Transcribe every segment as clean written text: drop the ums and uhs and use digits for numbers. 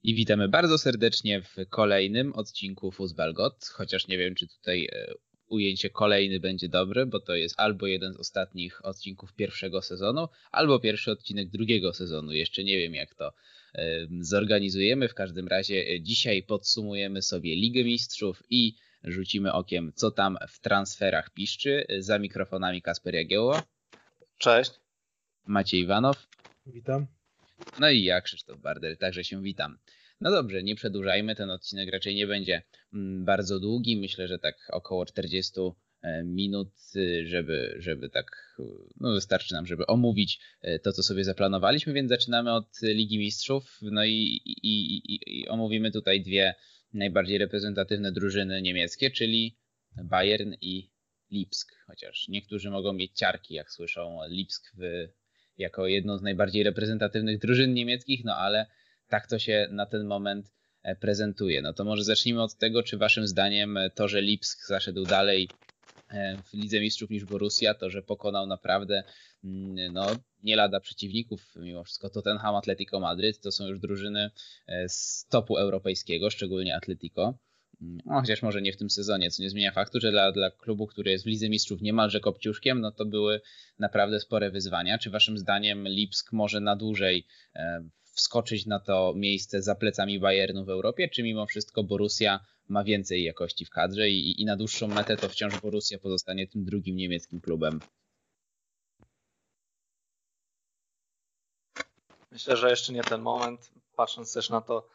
I witamy bardzo serdecznie w kolejnym odcinku Fußballgott, chociaż nie wiem, czy tutaj ujęcie kolejny będzie dobre, bo to jest albo jeden z ostatnich odcinków pierwszego sezonu, albo pierwszy odcinek drugiego sezonu. Jeszcze nie wiem, jak to zorganizujemy. W każdym razie dzisiaj podsumujemy sobie Ligę Mistrzów i rzucimy okiem, co tam w transferach piszczy. Za mikrofonami Kasper Jagiełło. Cześć. Maciej Iwanow. Witam. No i ja, Krzysztof Bardel, także się witam. No dobrze, nie przedłużajmy, ten odcinek raczej nie będzie bardzo długi. Myślę, że tak około 40 minut, żeby tak, no wystarczy nam, żeby omówić to, co sobie zaplanowaliśmy, więc zaczynamy od Ligi Mistrzów. No i omówimy tutaj dwie najbardziej reprezentatywne drużyny niemieckie, czyli Bayern i Lipsk. Chociaż niektórzy mogą mieć ciarki, jak słyszą Lipsk jako jedną z najbardziej reprezentatywnych drużyn niemieckich, no ale tak to się na ten moment prezentuje. No to może zacznijmy od tego, czy waszym zdaniem to, że Lipsk zaszedł dalej w Lidze Mistrzów niż Borussia, to, że pokonał naprawdę nie lada przeciwników, mimo wszystko Tottenham, Atletico Madryt, to są już drużyny z topu europejskiego, szczególnie Atletico. No, chociaż może nie w tym sezonie, co nie zmienia faktu, że dla klubu, który jest w Lidze Mistrzów niemalże kopciuszkiem, no to były naprawdę spore wyzwania. Czy waszym zdaniem Lipsk może na dłużej wskoczyć na to miejsce za plecami Bayernu w Europie, czy mimo wszystko Borussia ma więcej jakości w kadrze i na dłuższą metę to wciąż Borussia pozostanie tym drugim niemieckim klubem? Myślę, że jeszcze nie ten moment, patrząc też na to,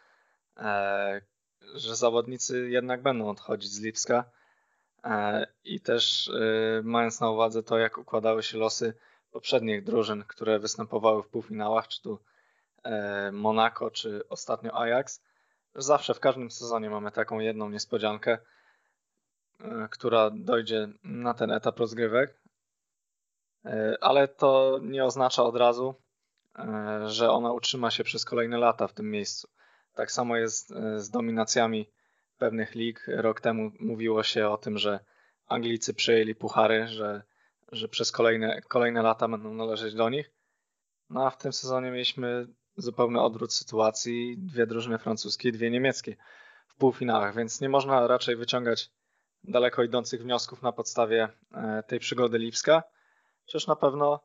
że zawodnicy jednak będą odchodzić z Lipska i też mając na uwadze to, jak układały się losy poprzednich drużyn, które występowały w półfinałach, czy tu Monaco, czy ostatnio Ajax, zawsze w każdym sezonie mamy taką jedną niespodziankę, która dojdzie na ten etap rozgrywek, ale to nie oznacza od razu, że ona utrzyma się przez kolejne lata w tym miejscu. Tak samo jest z dominacjami pewnych lig. Rok temu mówiło się o tym, że Anglicy przejęli puchary, że przez kolejne lata będą należeć do nich. No a w tym sezonie mieliśmy zupełny odwrót sytuacji. Dwie drużyny francuskie, dwie niemieckie w półfinałach, więc nie można raczej wyciągać daleko idących wniosków na podstawie tej przygody Lipska. Przecież na pewno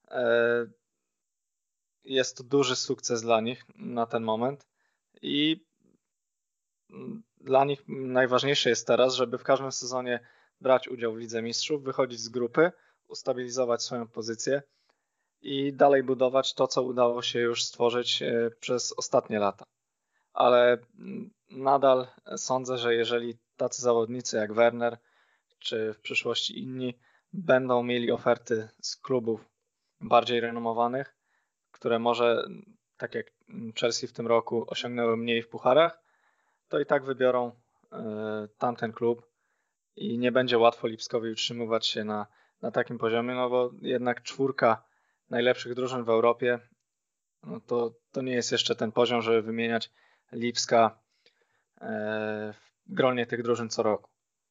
jest to duży sukces dla nich na ten moment i dla nich najważniejsze jest teraz, żeby w każdym sezonie brać udział w Lidze Mistrzów, wychodzić z grupy, ustabilizować swoją pozycję i dalej budować to, co udało się już stworzyć przez ostatnie lata. Ale nadal sądzę, że jeżeli tacy zawodnicy jak Werner, czy w przyszłości inni będą mieli oferty z klubów bardziej renomowanych, które może, tak jak Chelsea w tym roku, osiągnęły mniej w pucharach, to i tak wybiorą tamten klub i nie będzie łatwo Lipskowi utrzymywać się na takim poziomie, no bo jednak 4 najlepszych drużyn w Europie, no to nie jest jeszcze ten poziom, żeby wymieniać Lipska w gronie tych drużyn co roku.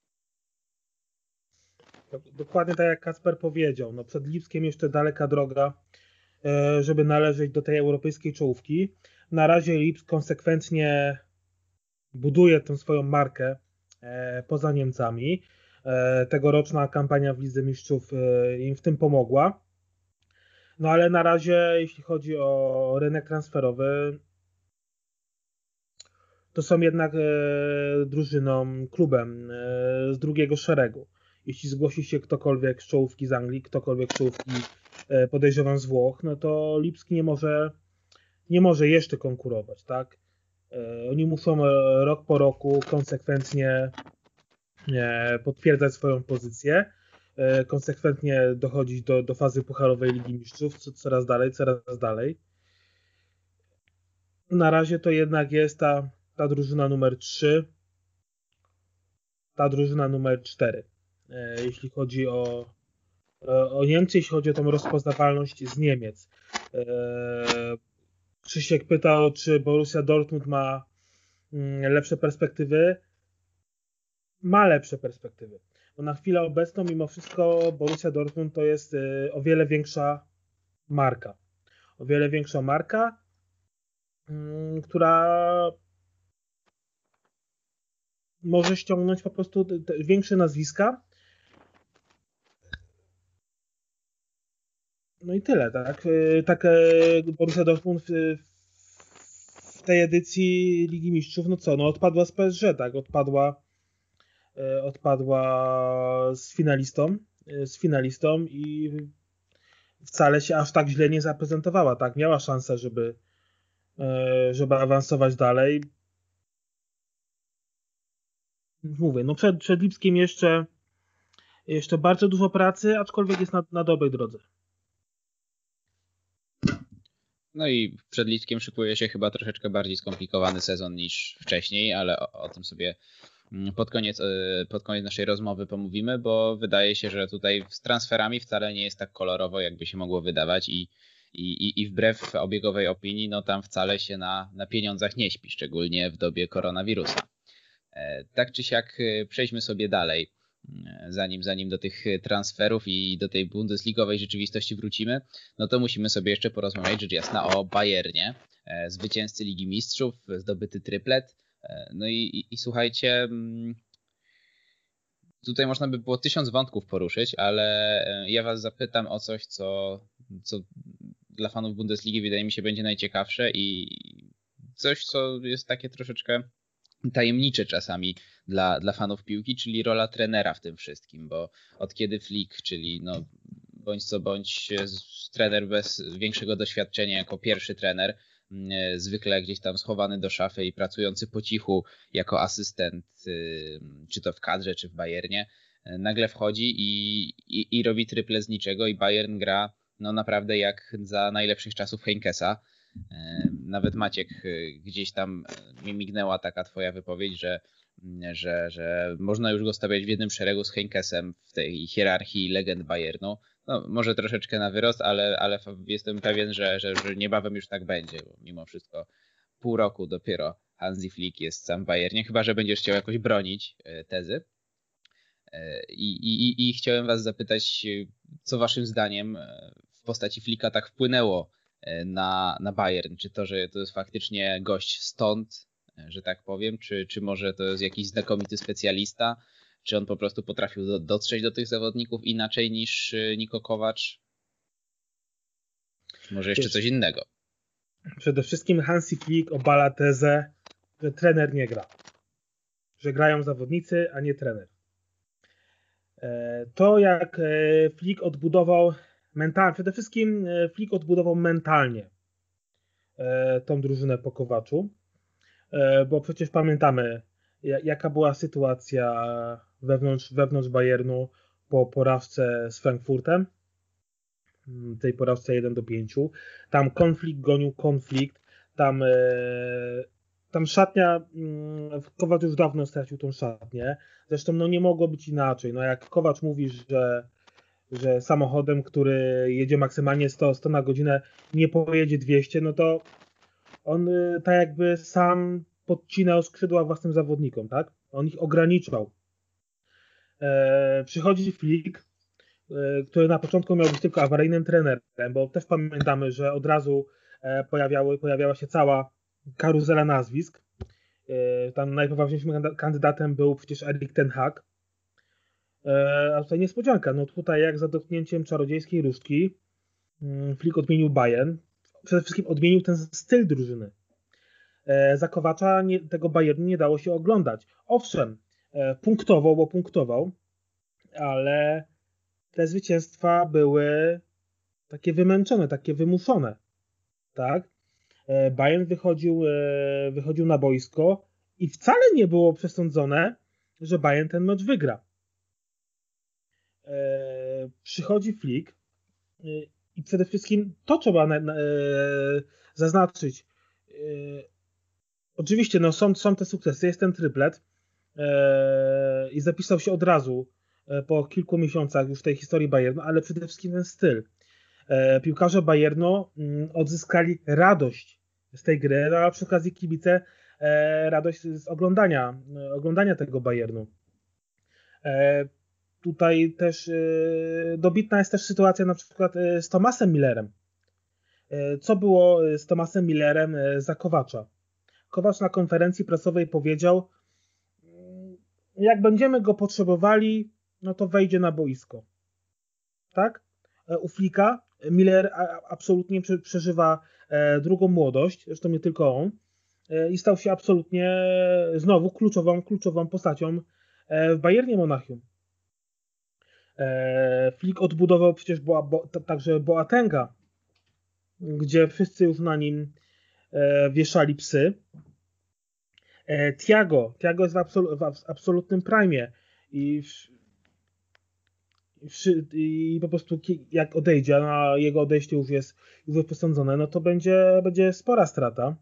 Dokładnie tak jak Kasper powiedział, no przed Lipskiem jeszcze daleka droga, żeby należeć do tej europejskiej czołówki. Na razie Lipsk konsekwentnie buduje tę swoją markę poza Niemcami. Tegoroczna kampania w Lidze Mistrzów im w tym pomogła. No ale na razie, jeśli chodzi o rynek transferowy, to są jednak drużyną, klubem z drugiego szeregu. Jeśli zgłosi się ktokolwiek z czołówki z Anglii, ktokolwiek z czołówki, podejrzewam, z Włoch, no to Lipski nie może jeszcze konkurować, tak? Oni muszą rok po roku konsekwentnie potwierdzać swoją pozycję, konsekwentnie dochodzić do fazy pucharowej Ligi Mistrzów, coraz dalej. Na razie to jednak jest ta drużyna numer 3, ta drużyna numer 4. Jeśli chodzi o Niemcy, jeśli chodzi o tą rozpoznawalność z Niemiec. Krzysiek pytał, czy Borussia Dortmund ma lepsze perspektywy. Ma lepsze perspektywy. Bo na chwilę obecną, mimo wszystko, Borussia Dortmund to jest o wiele większa marka. O wiele większa marka, która może ściągnąć po prostu większe nazwiska. No i tyle, tak? Tak Borussia Dortmund w tej edycji Ligi Mistrzów, no co, no odpadła z PSG, tak? Odpadła z finalistą i wcale się aż tak źle nie zaprezentowała, tak? Miała szansę, żeby awansować dalej. Mówię, no przed Lipskiem jeszcze bardzo dużo pracy, aczkolwiek jest na dobrej drodze. No i przed Lipskiem szykuje się chyba troszeczkę bardziej skomplikowany sezon niż wcześniej, ale o tym sobie pod koniec naszej rozmowy pomówimy, bo wydaje się, że tutaj z transferami wcale nie jest tak kolorowo, jakby się mogło wydawać i wbrew obiegowej opinii, no tam wcale się na pieniądzach nie śpi, szczególnie w dobie koronawirusa. Tak czy siak przejdźmy sobie dalej, zanim do tych transferów i do tej bundesligowej rzeczywistości wrócimy, no to musimy sobie jeszcze porozmawiać rzecz jasna o Bayernie, zwycięzcy Ligi Mistrzów, zdobyty triplet. No i słuchajcie, tutaj można by było 1000 wątków poruszyć, ale ja was zapytam o coś, co dla fanów Bundesligi wydaje mi się będzie najciekawsze i coś, co jest takie troszeczkę tajemnicze czasami dla fanów piłki, czyli rola trenera w tym wszystkim, bo od kiedy Flick, czyli no bądź co bądź trener bez większego doświadczenia jako pierwszy trener, zwykle gdzieś tam schowany do szafy i pracujący po cichu jako asystent, czy to w kadrze, czy w Bayernie, nagle wchodzi i robi triple z niczego i Bayern gra no naprawdę jak za najlepszych czasów Heinkesa. Nawet Maciek, gdzieś tam mi mignęła taka twoja wypowiedź, że można już go stawiać w jednym szeregu z Heinkesem w tej hierarchii legend Bayernu. No, może troszeczkę na wyrost, ale jestem pewien, że niebawem już tak będzie, bo mimo wszystko pół roku dopiero Hansi Flick jest sam w Bayernie, chyba że będziesz chciał jakoś bronić tezy. I chciałem was zapytać, co waszym zdaniem w postaci Flicka tak wpłynęło na Bayern? Czy to, że to jest faktycznie gość stąd, że tak powiem, czy może to jest jakiś znakomity specjalista, czy on po prostu potrafił dotrzeć do tych zawodników inaczej niż Niko Kovac? Czy może jeszcze coś innego? Przede wszystkim Hansi Flick obala tezę, że trener nie gra. Że grają zawodnicy, a nie trener. To jak Flick odbudował mentalnie, przede wszystkim Flick odbudował mentalnie tą drużynę po Kovaczu, bo przecież pamiętamy, jaka była sytuacja wewnątrz Bayernu po porażce z Frankfurtem, tej porażce 1-5. Tam konflikt gonił konflikt, tam szatnia, Kovac już dawno stracił tą szatnię, zresztą no nie mogło być inaczej, no jak Kovac mówi, że samochodem, który jedzie maksymalnie 100 na godzinę nie pojedzie 200, no to on tak jakby sam podcinał skrzydła własnym zawodnikom, tak? On ich ograniczał. Przychodzi Flick, który na początku miał być tylko awaryjnym trenerem, bo też pamiętamy, że od razu pojawiała się cała karuzela nazwisk. Tam najpoważniejszym kandydatem był przecież Erik ten Hag. A tutaj niespodzianka, no tutaj jak za dotknięciem czarodziejskiej różdżki Flick odmienił Bayern. Przede wszystkim odmienił ten styl drużyny. Za Kovacza tego Bayernu nie dało się oglądać. Owszem, punktował, ale te zwycięstwa były takie wymęczone, takie wymuszone. Tak? Bayern wychodził na boisko i wcale nie było przesądzone, że Bayern ten mecz wygra. Przychodzi Flick i przede wszystkim to trzeba zaznaczyć. Oczywiście no, są te sukcesy, jest ten triplet i zapisał się od razu po kilku miesiącach już w tej historii Bayernu, ale przede wszystkim ten styl. Piłkarze Bayernu odzyskali radość z tej gry, a przy okazji kibice radość z oglądania tego Bayernu. Tutaj też dobitna jest też sytuacja na przykład z Thomasem Müllerem. Co było z Thomasem Müllerem za Kovacza? Kovac na konferencji prasowej powiedział, jak będziemy go potrzebowali, no to wejdzie na boisko. Tak? U Flicka Miller absolutnie przeżywa drugą młodość, zresztą nie tylko on, i stał się absolutnie znowu kluczową postacią w Bayernie Monachium. Flick odbudował przecież także Boatenga, gdzie wszyscy już na nim wieszali psy. Thiago jest w absolutnym prime i po prostu jak odejdzie, a jego odejście już jest posądzone, no to będzie spora strata.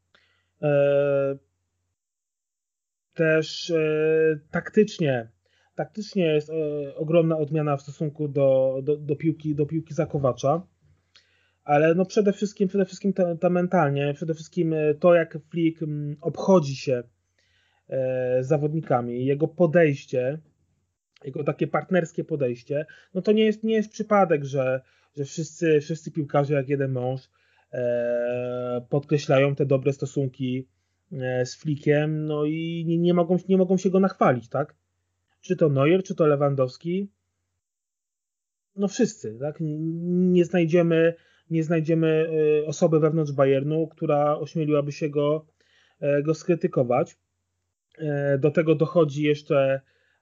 Też taktycznie jest ogromna odmiana w stosunku do piłki Zakowacza, ale no przede wszystkim to mentalnie, przede wszystkim to, jak Flick obchodzi się z zawodnikami, jego podejście, jego takie partnerskie podejście, no to nie jest przypadek, że wszyscy piłkarze jak jeden mąż podkreślają te dobre stosunki z Flickiem, no i nie mogą się go nachwalić, tak? Czy to Neuer, czy to Lewandowski, no wszyscy, tak? Nie znajdziemy osoby wewnątrz Bayernu, która ośmieliłaby się go skrytykować. Do tego dochodzi jeszcze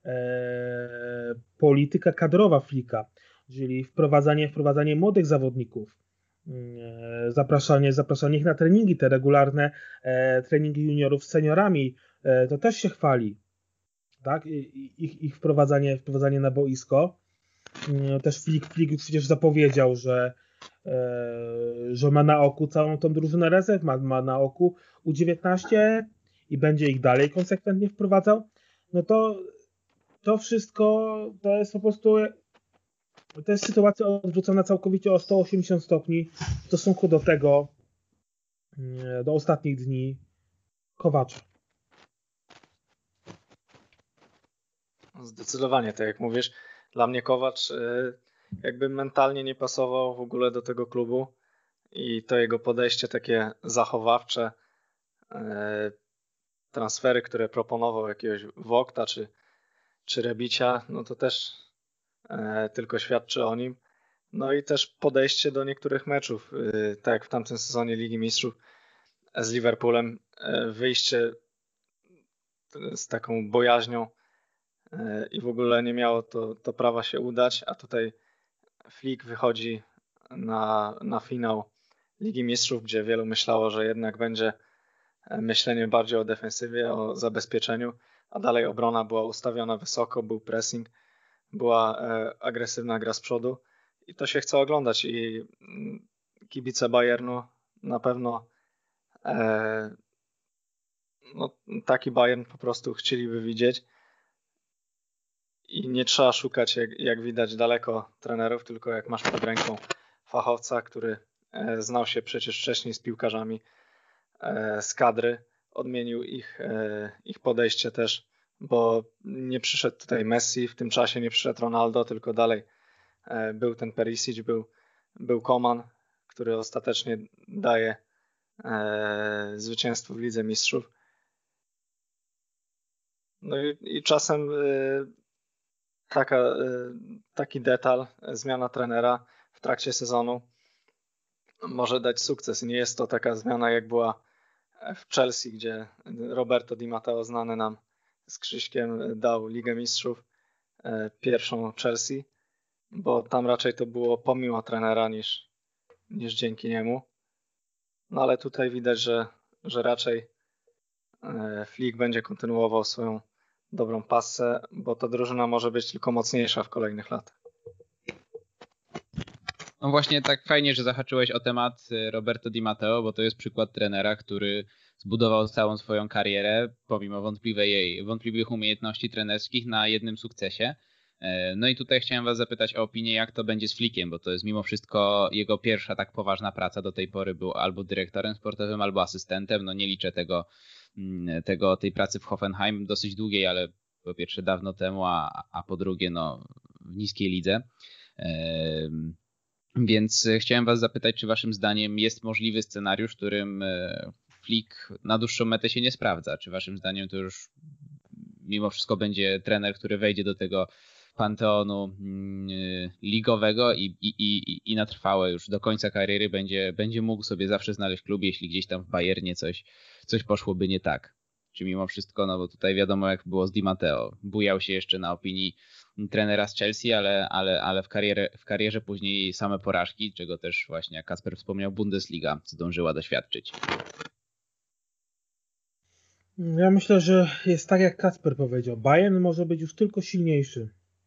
polityka kadrowa Flicka, czyli wprowadzanie młodych zawodników, zapraszanie ich na treningi, te regularne treningi juniorów z seniorami, to też się chwali, tak? Ich wprowadzanie na boisko. Też Flick już przecież zapowiedział, że ma na oku całą tą drużynę rezerw, ma na oku U19 i będzie ich dalej konsekwentnie wprowadzał. No to wszystko to jest po prostu, to jest sytuacja odwrócona całkowicie o 180 stopni w stosunku do ostatnich dni Kowacza. Zdecydowanie, tak jak mówisz, dla mnie Kowacz jakby mentalnie nie pasował w ogóle do tego klubu i to jego podejście takie zachowawcze, transfery, które proponował jakiegoś Wogta czy Rebicia, no to też tylko świadczy o nim. No i też podejście do niektórych meczów, tak jak w tamtym sezonie Ligi Mistrzów z Liverpoolem, wyjście z taką bojaźnią i w ogóle nie miało to prawa się udać, a tutaj Flick wychodzi na finał Ligi Mistrzów, gdzie wielu myślało, że jednak będzie myślenie bardziej o defensywie, o zabezpieczeniu, a dalej obrona była ustawiona wysoko, był pressing, była agresywna gra z przodu i to się chce oglądać i kibice Bayernu na pewno no, taki Bayern po prostu chcieliby widzieć i nie trzeba szukać jak widać daleko trenerów, tylko jak masz pod ręką fachowca, który znał się przecież wcześniej z piłkarzami z kadry, odmienił ich podejście też, bo nie przyszedł tutaj Messi, w tym czasie nie przyszedł Ronaldo, tylko dalej był ten Perisic, był Coman, który ostatecznie daje zwycięstwo w Lidze Mistrzów. No i czasem taki detal, zmiana trenera w trakcie sezonu może dać sukces. Nie jest to taka zmiana jak była w Chelsea, gdzie Roberto Di Matteo, znany nam z Krzyśkiem, dał Ligę Mistrzów pierwszą Chelsea, bo tam raczej to było pomimo trenera niż dzięki niemu. No ale tutaj widać, że raczej Flick będzie kontynuował swoją dobrą passę, bo ta drużyna może być tylko mocniejsza w kolejnych latach. No właśnie tak fajnie, że zahaczyłeś o temat Roberto Di Matteo, bo to jest przykład trenera, który zbudował całą swoją karierę pomimo wątpliwych umiejętności trenerskich na jednym sukcesie. No i tutaj chciałem was zapytać o opinię, jak to będzie z Flickiem, bo to jest mimo wszystko jego pierwsza tak poważna praca. Do tej pory był albo dyrektorem sportowym, albo asystentem. No nie liczę tej pracy w Hoffenheim, dosyć długiej, ale po pierwsze dawno temu, a po drugie no w niskiej lidze. Więc chciałem was zapytać, czy waszym zdaniem jest możliwy scenariusz, w którym Flick na dłuższą metę się nie sprawdza? Czy waszym zdaniem to już mimo wszystko będzie trener, który wejdzie do tego panteonu ligowego i na trwałe już do końca kariery będzie mógł sobie zawsze znaleźć klub, jeśli gdzieś tam w Bayernie coś poszłoby nie tak. Czy mimo wszystko, no bo tutaj wiadomo jak było z Di Matteo. Bujał się jeszcze na opinii trenera z Chelsea, ale w karierze później same porażki, czego też właśnie jak Kacper wspomniał, Bundesliga zdążyła doświadczyć. Ja myślę, że jest tak jak Kacper powiedział. Bayern może być już tylko silniejszy.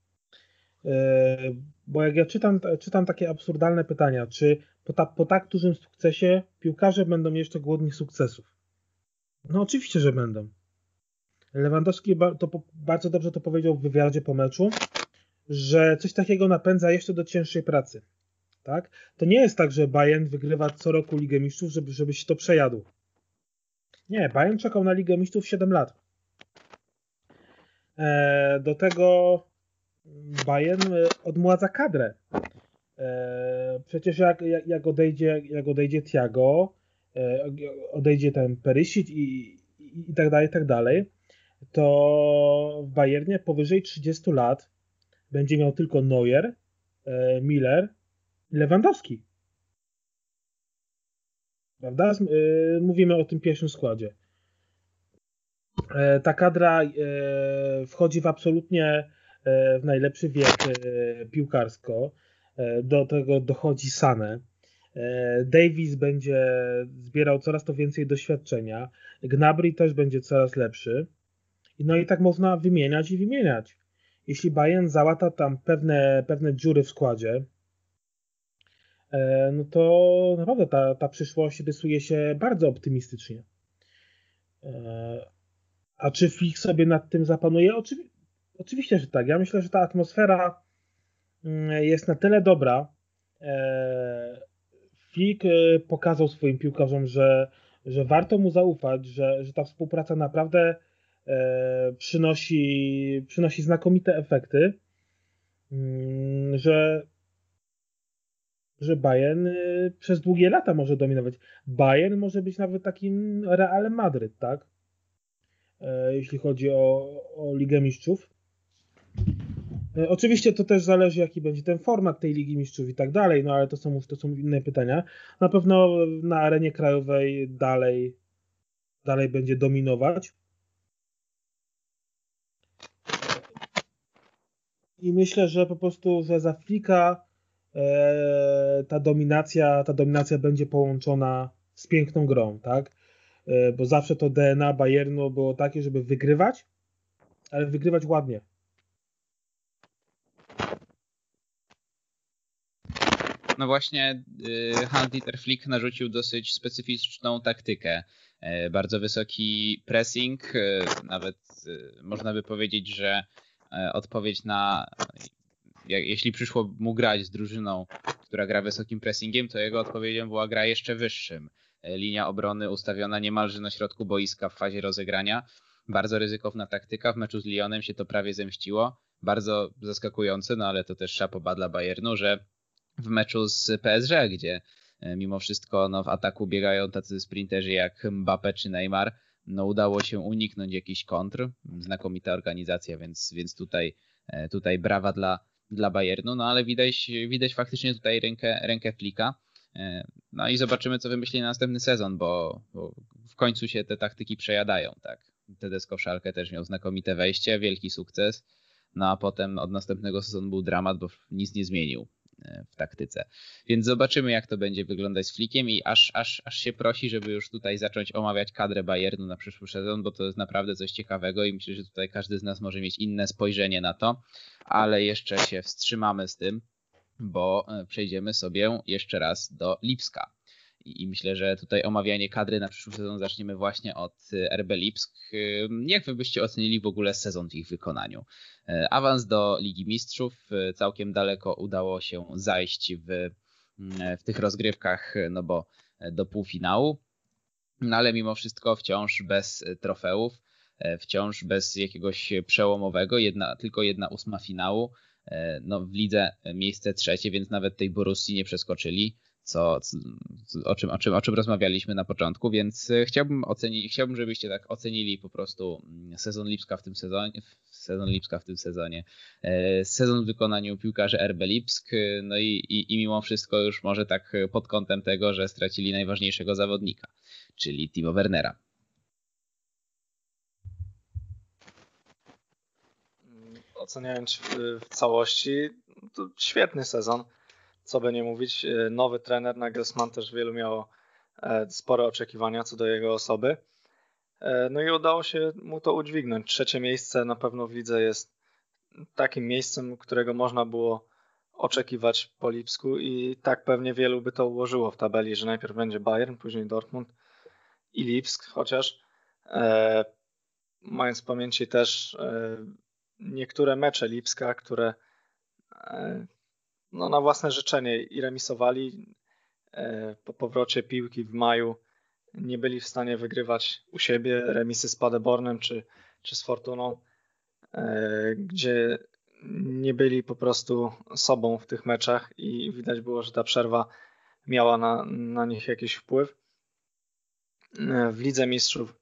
Bo jak ja czytam takie absurdalne pytania, czy po tak dużym sukcesie piłkarze będą jeszcze głodni sukcesów? No oczywiście, że będą. Lewandowski bardzo dobrze to powiedział w wywiadzie po meczu, że coś takiego napędza jeszcze do cięższej pracy. Tak? To nie jest tak, że Bayern wygrywa co roku Ligę Mistrzów, żeby się to przejadł. Nie, Bayern czekał na Ligę Mistrzów 7 lat. Do tego Bayern odmładza kadrę. Przecież jak odejdzie Thiago, odejdzie ten Perisic i tak dalej, to w Bayernie powyżej 30 lat będzie miał tylko Neuer, Miller i Lewandowski. Prawda? Mówimy o tym pierwszym składzie. Ta kadra wchodzi w absolutnie w najlepszy wiek piłkarsko. Do tego dochodzi Sané. Davies będzie zbierał coraz to więcej doświadczenia. Gnabry też będzie coraz lepszy. No i tak można wymieniać i wymieniać. Jeśli Bayern załata tam pewne dziury w składzie, no to naprawdę ta przyszłość rysuje się bardzo optymistycznie. A czy Flick sobie nad tym zapanuje? Oczywiście, że tak. Ja myślę, że ta atmosfera jest na tyle dobra. Flick pokazał swoim piłkarzom, że warto mu zaufać, że ta współpraca naprawdę przynosi znakomite efekty, że Bayern przez długie lata może dominować. Bayern może być nawet takim Realem Madryt, tak? Jeśli chodzi o Ligę Mistrzów. Oczywiście to też zależy, jaki będzie ten format tej Ligi Mistrzów i tak dalej, no ale to są inne pytania. Na pewno na arenie krajowej dalej będzie dominować. I myślę, że po prostu, że za Flicka ta dominacja będzie połączona z piękną grą, tak? Bo zawsze to DNA Bayernu było takie, żeby wygrywać, ale wygrywać ładnie. No właśnie Hans-Dieter Flick narzucił dosyć specyficzną taktykę. Bardzo wysoki pressing, nawet można by powiedzieć, że odpowiedź na, jeśli przyszło mu grać z drużyną, która gra wysokim pressingiem, to jego odpowiedzią była gra jeszcze wyższym. Linia obrony ustawiona niemalże na środku boiska w fazie rozegrania. Bardzo ryzykowna taktyka. W meczu z Lyonem się to prawie zemściło. Bardzo zaskakujące, no ale to też szapoba dla Bayernu, że w meczu z PSG, gdzie mimo wszystko w ataku biegają tacy sprinterzy jak Mbappé czy Neymar, udało się uniknąć jakichś kontr. Znakomita organizacja, więc tutaj brawa dla Bayernu, no ale widać faktycznie tutaj rękę Flicka. No i zobaczymy, co wymyśli na następny sezon, bo w końcu się te taktyki przejadają, tak. Tedesco Schalke też miał znakomite wejście, wielki sukces, no a potem od następnego sezonu był dramat, bo nic nie zmienił w taktyce. Więc zobaczymy, jak to będzie wyglądać z Flickiem i aż się prosi, żeby już tutaj zacząć omawiać kadrę Bayernu na przyszły sezon, bo to jest naprawdę coś ciekawego i myślę, że tutaj każdy z nas może mieć inne spojrzenie na to, ale jeszcze się wstrzymamy z tym, bo przejdziemy sobie jeszcze raz do Lipska. I myślę, że tutaj omawianie kadry na przyszły sezon zaczniemy właśnie od RB Lipsk. Jak wy byście ocenili w ogóle sezon w ich wykonaniu? Awans do Ligi Mistrzów, całkiem daleko udało się zajść w tych rozgrywkach, no bo do półfinału, no ale mimo wszystko wciąż bez trofeów, wciąż bez jakiegoś przełomowego, tylko 1/8 finału. No w lidze miejsce trzecie, więc nawet tej Borussii nie przeskoczyli. o czym rozmawialiśmy na początku, więc chciałbym, żebyście tak ocenili po prostu sezon Lipska w tym sezonie, sezon w wykonaniu piłkarzy RB Lipsk, no i mimo wszystko już może tak pod kątem tego, że stracili najważniejszego zawodnika, czyli Timo Wernera. Oceniając w całości, to świetny sezon, co by nie mówić. Nowy trener Nagelsmann, też wielu miało spore oczekiwania co do jego osoby. No i udało się mu to udźwignąć. 3. miejsce na pewno w lidze jest takim miejscem, którego można było oczekiwać po Lipsku i tak pewnie wielu by to ułożyło w tabeli, że najpierw będzie Bayern, później Dortmund i Lipsk, chociaż mając w pamięci też niektóre mecze Lipska, które no, na własne życzenie i remisowali po powrocie piłki w maju, nie byli w stanie wygrywać u siebie, remisy z Paderbornem czy z Fortuną, gdzie nie byli po prostu sobą w tych meczach i widać było, że ta przerwa miała na nich jakiś wpływ. W Lidze Mistrzów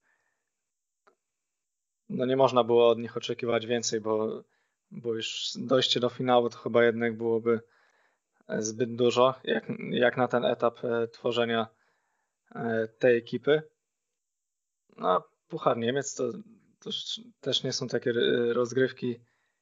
no nie można było od nich oczekiwać więcej, bo już dojście do finału to chyba jednak byłoby zbyt dużo, jak na ten etap tworzenia tej ekipy. No, Puchar Niemiec to też nie są takie rozgrywki,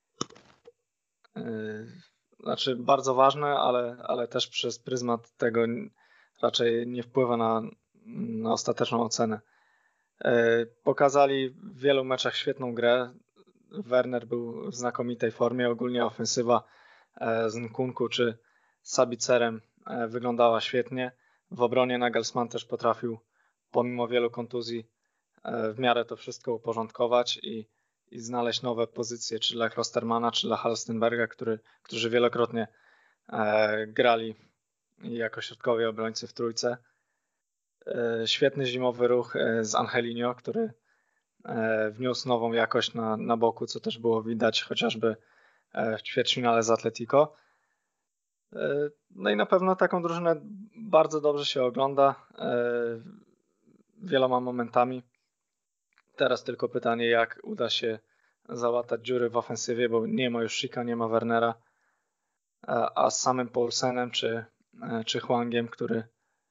znaczy bardzo ważne, ale też przez pryzmat tego raczej nie wpływa na ostateczną ocenę. Pokazali w wielu meczach świetną grę. Werner był w znakomitej formie, ogólnie ofensywa z Nkunku czy Sabicerem wyglądała świetnie. W obronie Nagelsmann też potrafił pomimo wielu kontuzji w miarę to wszystko uporządkować i znaleźć nowe pozycje, czy dla Klostermana, czy dla Halstenberga, którzy wielokrotnie grali jako środkowi obrońcy w trójce. Świetny zimowy ruch z Angelino, który wniósł nową jakość na boku, co też było widać chociażby w ćwierćfinale z Atletico. No i na pewno taką drużynę bardzo dobrze się ogląda wieloma momentami. Teraz tylko pytanie, jak uda się załatać dziury w ofensywie, bo nie ma już Schicka, nie ma Wernera, a z samym Poulsenem czy Hwangiem, który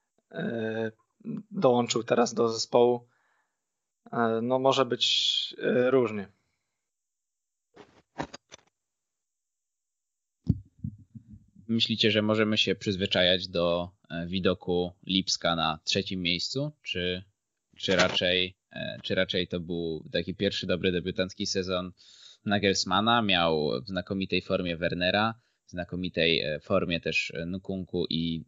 dołączył teraz do zespołu, no może być różnie. Myślicie, że możemy się przyzwyczajać do widoku Lipska na 3. miejscu, czy raczej to był taki pierwszy dobry debiutancki sezon Nagelsmana? Miał w znakomitej formie Wernera, w znakomitej formie też Nkunku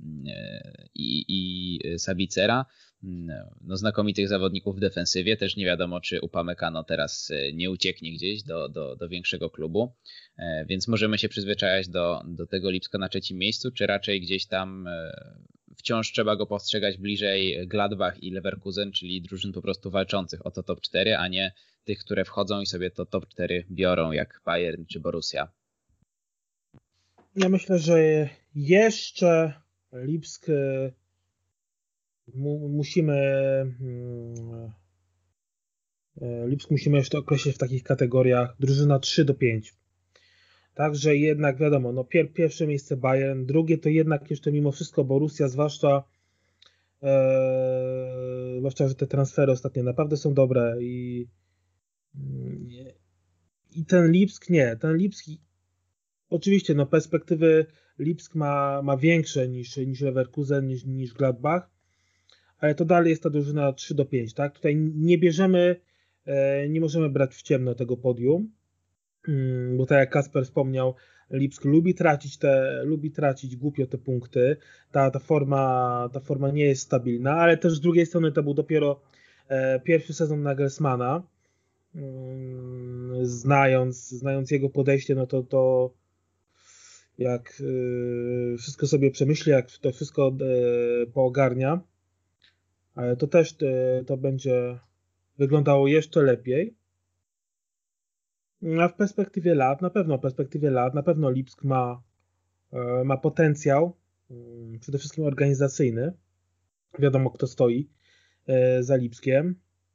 i Sabicera. No, znakomitych zawodników w defensywie. Też nie wiadomo, czy Upamecano teraz nie ucieknie gdzieś do większego klubu. Więc możemy się przyzwyczajać do tego Lipska na 3. miejscu, czy raczej gdzieś tam wciąż trzeba go postrzegać bliżej Gladbach i Leverkusen, czyli drużyn po prostu walczących o to top 4, a nie tych, które wchodzą i sobie to top 4 biorą, jak Bayern czy Borussia. Ja myślę, że jeszcze Lipsk musimy jeszcze określić w takich kategoriach drużyna 3-5. Także jednak wiadomo, no pierwsze miejsce Bayern, drugie to jednak jeszcze mimo wszystko Borussia, zwłaszcza, że te transfery ostatnio naprawdę są dobre i ten Lipsk oczywiście no perspektywy Lipsk ma większe niż Leverkusen, niż Gladbach, ale to dalej jest ta drużyna 3-5, tak? Tutaj nie możemy brać w ciemno tego podium, bo tak jak Kasper wspomniał, Lipsk lubi tracić głupio te punkty, ta forma nie jest stabilna, ale też z drugiej strony to był dopiero pierwszy sezon Nagelsmana, znając jego podejście, no to jak wszystko sobie przemyśli, jak to wszystko poogarnia, ale to też to będzie wyglądało jeszcze lepiej. A w perspektywie lat, na pewno Lipsk ma potencjał przede wszystkim organizacyjny. Wiadomo, kto stoi za Lipskiem,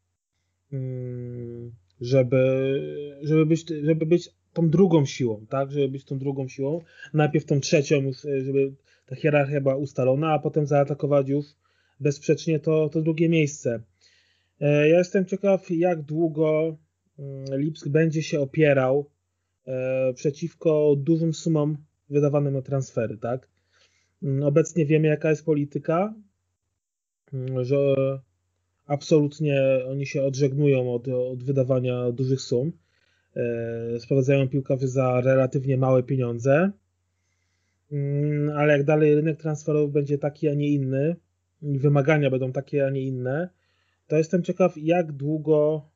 żeby być tą drugą siłą, tak? Żeby być tą drugą siłą. Najpierw tą trzecią już, żeby ta hierarchia była ustalona, a potem zaatakować już bezsprzecznie to drugie miejsce. Ja jestem ciekaw, jak długo Lipsk będzie się opierał przeciwko dużym sumom wydawanym na transfery, tak? Obecnie wiemy, jaka jest polityka, że absolutnie oni się odżegnują od wydawania dużych sum. Sprowadzają piłkarzy za relatywnie małe pieniądze, ale jak dalej rynek transferowy będzie taki, a nie inny, i wymagania będą takie, a nie inne, to jestem ciekaw, jak długo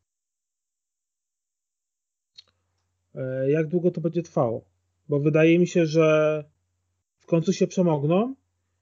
to będzie trwało. Bo wydaje mi się, że w końcu się przemogną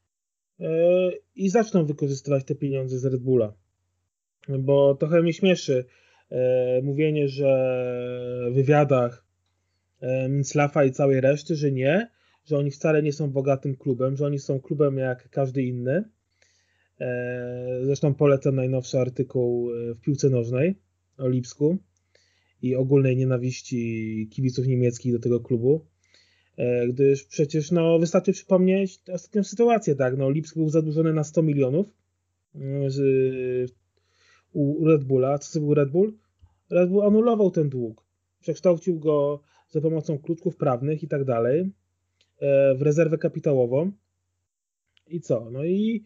i zaczną wykorzystywać te pieniądze z Red Bulla. Bo trochę mnie śmieszy mówienie, że w wywiadach Minclafa i całej reszty, że nie, że oni wcale nie są bogatym klubem, że oni są klubem jak każdy inny. Zresztą polecam najnowszy artykuł w Piłce Nożnej o Lipsku i ogólnej nienawiści kibiców niemieckich do tego klubu. Gdyż przecież wystarczy przypomnieć ostatnią sytuację, tak? Lipsk był zadłużony na 100 milionów u Red Bulla. Co to był Red Bull? Red Bull anulował ten dług. Przekształcił go za pomocą kluczków prawnych i tak dalej w rezerwę kapitałową. I co? I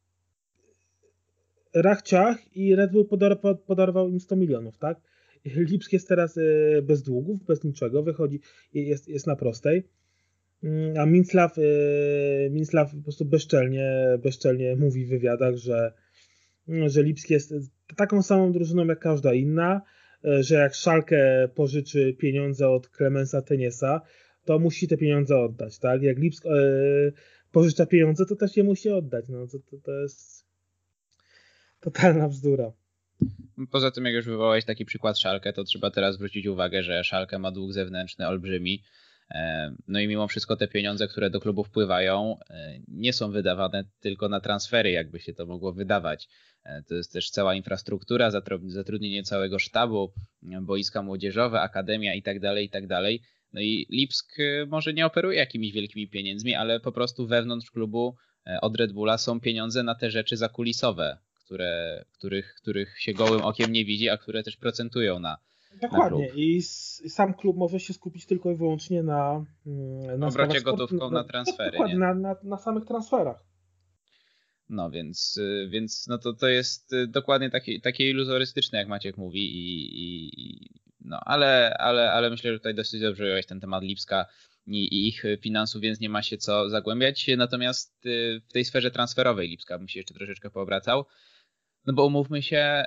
rach ciach i Red Bull podarował im 100 milionów, tak? Lipsk jest teraz bez długów, bez niczego, wychodzi, jest na prostej. A Minclaw po prostu bezczelnie mówi w wywiadach, że Lipsk jest taką samą drużyną jak każda inna, że jak Schalke pożyczy pieniądze od Clemensa Teniesa, to musi te pieniądze oddać, tak? Jak Lipsk pożycza pieniądze, to też je musi oddać. To jest totalna bzdura. Poza tym, jak już wywołałeś taki przykład Schalke, to trzeba teraz zwrócić uwagę, że Schalke ma dług zewnętrzny olbrzymi. No i mimo wszystko te pieniądze, które do klubu wpływają, nie są wydawane tylko na transfery, jakby się to mogło wydawać. To jest też cała infrastruktura, zatrudnienie całego sztabu, boiska młodzieżowe, akademia i tak dalej. No i Lipsk może nie operuje jakimiś wielkimi pieniędzmi, ale po prostu wewnątrz klubu od Red Bulla są pieniądze na te rzeczy zakulisowe, których się gołym okiem nie widzi, a które też procentują na Dokładnie. I sam klub może się skupić tylko i wyłącznie na obrocie gotówką na transfery. Dokładnie, na samych transferach. No więc to jest dokładnie takie iluzorystyczne, jak Maciek mówi ale myślę, że tutaj dosyć dobrze ująłeś ten temat Lipska i ich finansów, więc nie ma się co zagłębiać. Natomiast w tej sferze transferowej Lipska bym się jeszcze troszeczkę poobracał. No bo umówmy się,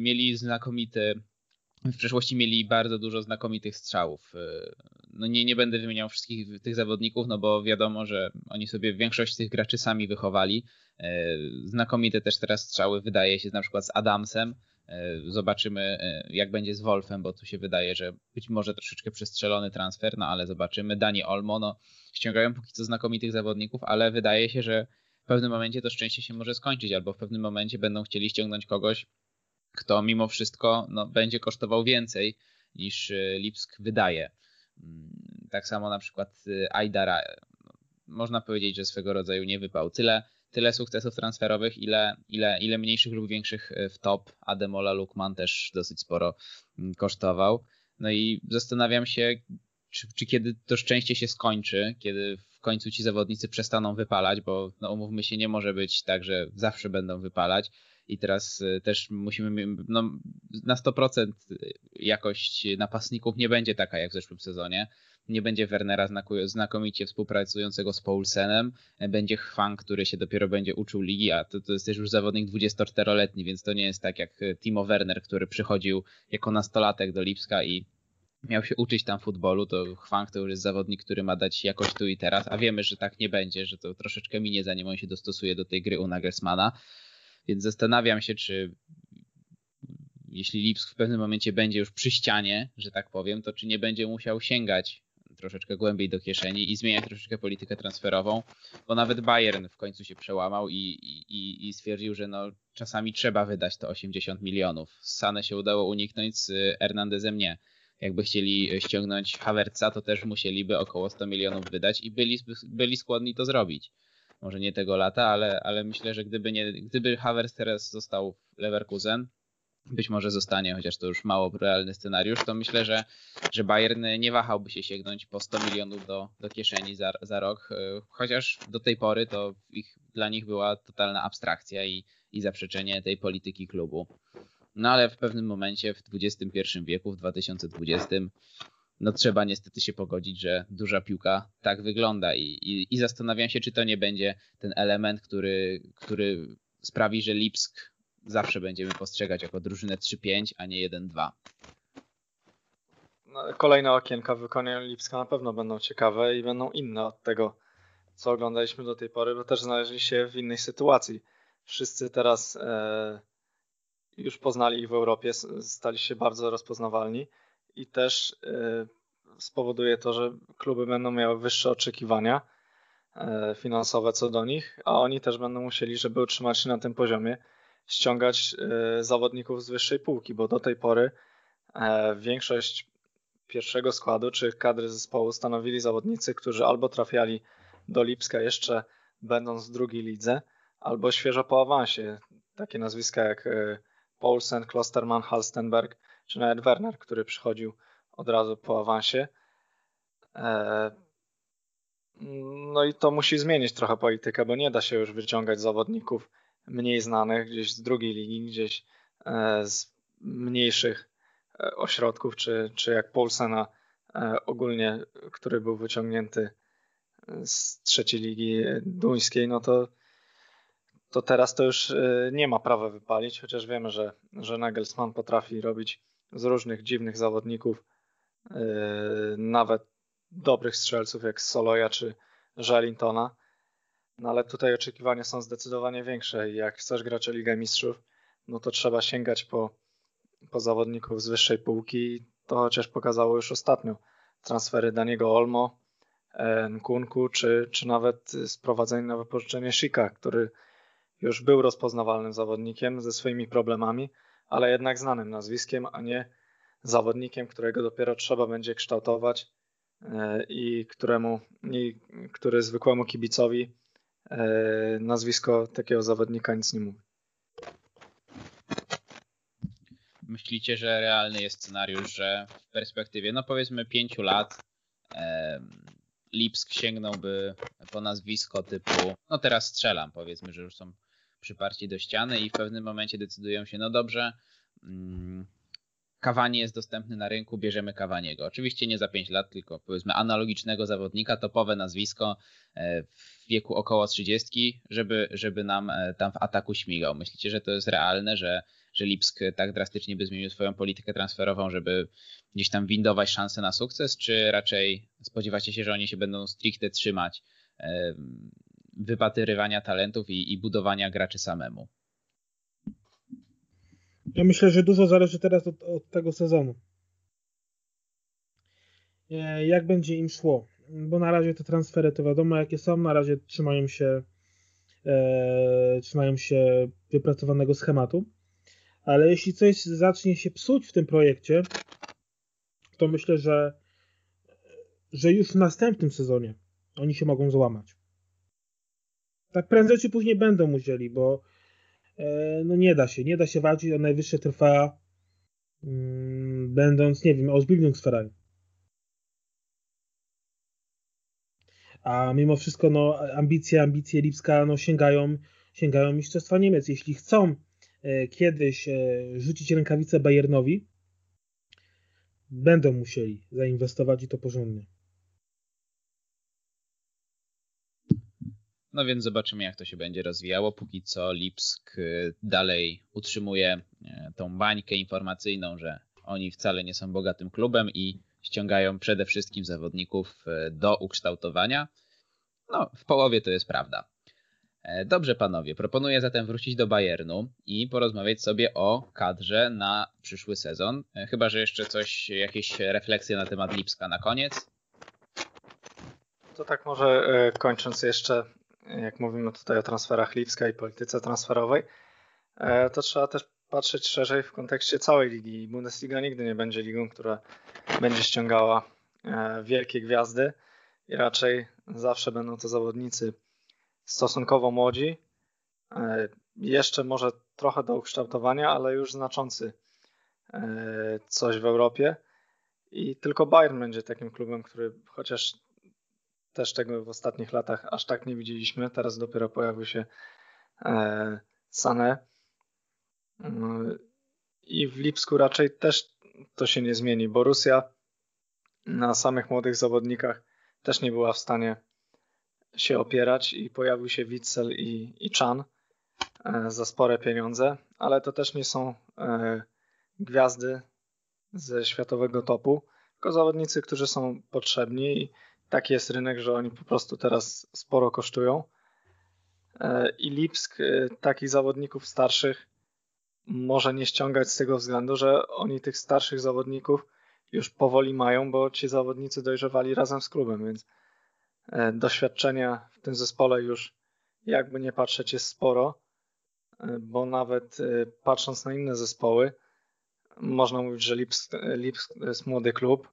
w przeszłości mieli bardzo dużo znakomitych strzałów. No nie będę wymieniał wszystkich tych zawodników, no bo wiadomo, że oni sobie większość tych graczy sami wychowali. Znakomite też teraz strzały wydaje się na przykład z Adamsem. Zobaczymy, jak będzie z Wolfem, bo tu się wydaje, że być może troszeczkę przestrzelony transfer, no ale zobaczymy. Dani Olmo, ściągają póki co znakomitych zawodników, ale wydaje się, że w pewnym momencie to szczęście się może skończyć, albo w pewnym momencie będą chcieli ściągnąć kogoś, kto mimo wszystko będzie kosztował więcej niż Lipsk wydaje. Tak samo na przykład Ajdara. Można powiedzieć, że swego rodzaju nie wypał. Tyle sukcesów transferowych, ile mniejszych lub większych w top. Ademola Lookman też dosyć sporo kosztował. No i zastanawiam się, czy kiedy to szczęście się skończy, kiedy w końcu ci zawodnicy przestaną wypalać, bo umówmy się, nie może być tak, że zawsze będą wypalać. I teraz też musimy, na 100% jakość napastników nie będzie taka jak w zeszłym sezonie. Nie będzie Wernera znakomicie współpracującego z Poulsenem. Będzie Hwang, który się dopiero będzie uczył ligi, a to jest też już zawodnik 24-letni, więc to nie jest tak jak Timo Werner, który przychodził jako nastolatek do Lipska i miał się uczyć tam futbolu. To Hwang to już jest zawodnik, który ma dać jakość tu i teraz, a wiemy, że tak nie będzie, że to troszeczkę minie, zanim on się dostosuje do tej gry u Nagelsmana. Więc zastanawiam się, czy jeśli Lipsk w pewnym momencie będzie już przy ścianie, że tak powiem, to czy nie będzie musiał sięgać troszeczkę głębiej do kieszeni i zmieniać troszeczkę politykę transferową, bo nawet Bayern w końcu się przełamał i stwierdził, że no, czasami trzeba wydać to 80 milionów. Z Sané się udało uniknąć, z Hernandezem nie. Jakby chcieli ściągnąć Havertza, to też musieliby około 100 milionów wydać i byli skłonni to zrobić. Może nie tego lata, ale myślę, że gdyby Havertz teraz został w Leverkusen, być może zostanie, chociaż to już mało realny scenariusz, to myślę, że Bayern nie wahałby się sięgnąć po 100 milionów do kieszeni za rok, chociaż do tej pory to dla nich była totalna abstrakcja i zaprzeczenie tej polityki klubu. No ale w pewnym momencie w XXI wieku, w 2020, no trzeba niestety się pogodzić, że duża piłka tak wygląda i zastanawiam się, czy to nie będzie ten element, który sprawi, że Lipsk zawsze będziemy postrzegać jako drużynę 3-5, a nie 1-2. No, kolejne okienka w wykonaniu Lipska na pewno będą ciekawe i będą inne od tego, co oglądaliśmy do tej pory, bo też znaleźli się w innej sytuacji. Wszyscy teraz już poznali ich w Europie, stali się bardzo rozpoznawalni i też spowoduje to, że kluby będą miały wyższe oczekiwania finansowe co do nich, a oni też będą musieli, żeby utrzymać się na tym poziomie, ściągać zawodników z wyższej półki, bo do tej pory większość pierwszego składu czy kadry zespołu stanowili zawodnicy, którzy albo trafiali do Lipska jeszcze będąc w drugiej lidze, albo świeżo po awansie. Takie nazwiska jak Poulsen, Klosterman, Halstenberg czy nawet Werner, który przychodził od razu po awansie. No i to musi zmienić trochę politykę, bo nie da się już wyciągać zawodników mniej znanych gdzieś z drugiej ligi, gdzieś z mniejszych ośrodków, czy jak Poulsena ogólnie, który był wyciągnięty z trzeciej ligi duńskiej, no to teraz to już nie ma prawa wypalić, chociaż wiemy, że Nagelsmann potrafi robić z różnych dziwnych zawodników, nawet dobrych strzelców jak Soloja czy Żelintona. No ale tutaj oczekiwania są zdecydowanie większe i jak chcesz grać o Ligę Mistrzów, no to trzeba sięgać po zawodników z wyższej półki. To chociaż pokazało już ostatnio transfery Daniego Olmo, Nkunku, czy nawet sprowadzenie na wypożyczenie Shika, który już był rozpoznawalnym zawodnikiem ze swoimi problemami, ale jednak znanym nazwiskiem, a nie zawodnikiem, którego dopiero trzeba będzie kształtować i który zwykłemu kibicowi nazwisko takiego zawodnika nic nie mówi. Myślicie, że realny jest scenariusz, że w perspektywie, no powiedzmy 5 lat Lipsk sięgnąłby po nazwisko typu, no teraz strzelam, powiedzmy, że już są przyparci do ściany i w pewnym momencie decydują się, no dobrze, Cavani jest dostępny na rynku, bierzemy Cavaniego. Oczywiście nie za 5 lat, tylko powiedzmy analogicznego zawodnika, topowe nazwisko w wieku około 30, żeby nam tam w ataku śmigał. Myślicie, że to jest realne, że Lipsk tak drastycznie by zmienił swoją politykę transferową, żeby gdzieś tam windować szansę na sukces, czy raczej spodziewacie się, że oni się będą stricte trzymać wypatrywania talentów i budowania graczy samemu? Ja myślę, że dużo zależy teraz od tego sezonu. Jak będzie im szło? Bo na razie te transfery to wiadomo jakie są, na razie trzymają się wypracowanego schematu. Ale jeśli coś zacznie się psuć w tym projekcie, to myślę, że już w następnym sezonie oni się mogą złamać. Tak prędzej czy później będą musieli, bo no nie da się walczyć o najwyższe trofea, będąc, nie wiem, Ausbildungsverein. A mimo wszystko no, ambicje Lipska no, sięgają Mistrzostwa Niemiec. Jeśli chcą kiedyś rzucić rękawicę Bayernowi, będą musieli zainwestować i to porządnie. No więc zobaczymy, jak to się będzie rozwijało. Póki co Lipsk dalej utrzymuje tą bańkę informacyjną, że oni wcale nie są bogatym klubem i ściągają przede wszystkim zawodników do ukształtowania. No, w połowie to jest prawda. Dobrze, panowie, proponuję zatem wrócić do Bayernu i porozmawiać sobie o kadrze na przyszły sezon. Chyba że jeszcze jakieś refleksje na temat Lipska na koniec? to tak może kończąc jeszcze, jak mówimy tutaj o transferach Lipska i polityce transferowej, to trzeba też patrzeć szerzej w kontekście całej ligi. Bundesliga nigdy nie będzie ligą, która będzie ściągała wielkie gwiazdy i raczej zawsze będą to zawodnicy stosunkowo młodzi, jeszcze może trochę do ukształtowania, ale już znaczący coś w Europie i tylko Bayern będzie takim klubem, który chociaż też tego w ostatnich latach aż tak nie widzieliśmy, teraz dopiero pojawił się Sané i w Lipsku raczej też to się nie zmieni. Borussia na samych młodych zawodnikach też nie była w stanie się opierać i pojawił się Witsel i Chan za spore pieniądze, ale to też nie są gwiazdy ze światowego topu, tylko zawodnicy, którzy są potrzebni i taki jest rynek, że oni po prostu teraz sporo kosztują. I Lipsk takich zawodników starszych może nie ściągać z tego względu, że oni tych starszych zawodników już powoli mają, bo ci zawodnicy dojrzewali razem z klubem, więc doświadczenia w tym zespole już jakby nie patrzeć jest sporo, bo nawet patrząc na inne zespoły można mówić, że Lipsk to jest młody klub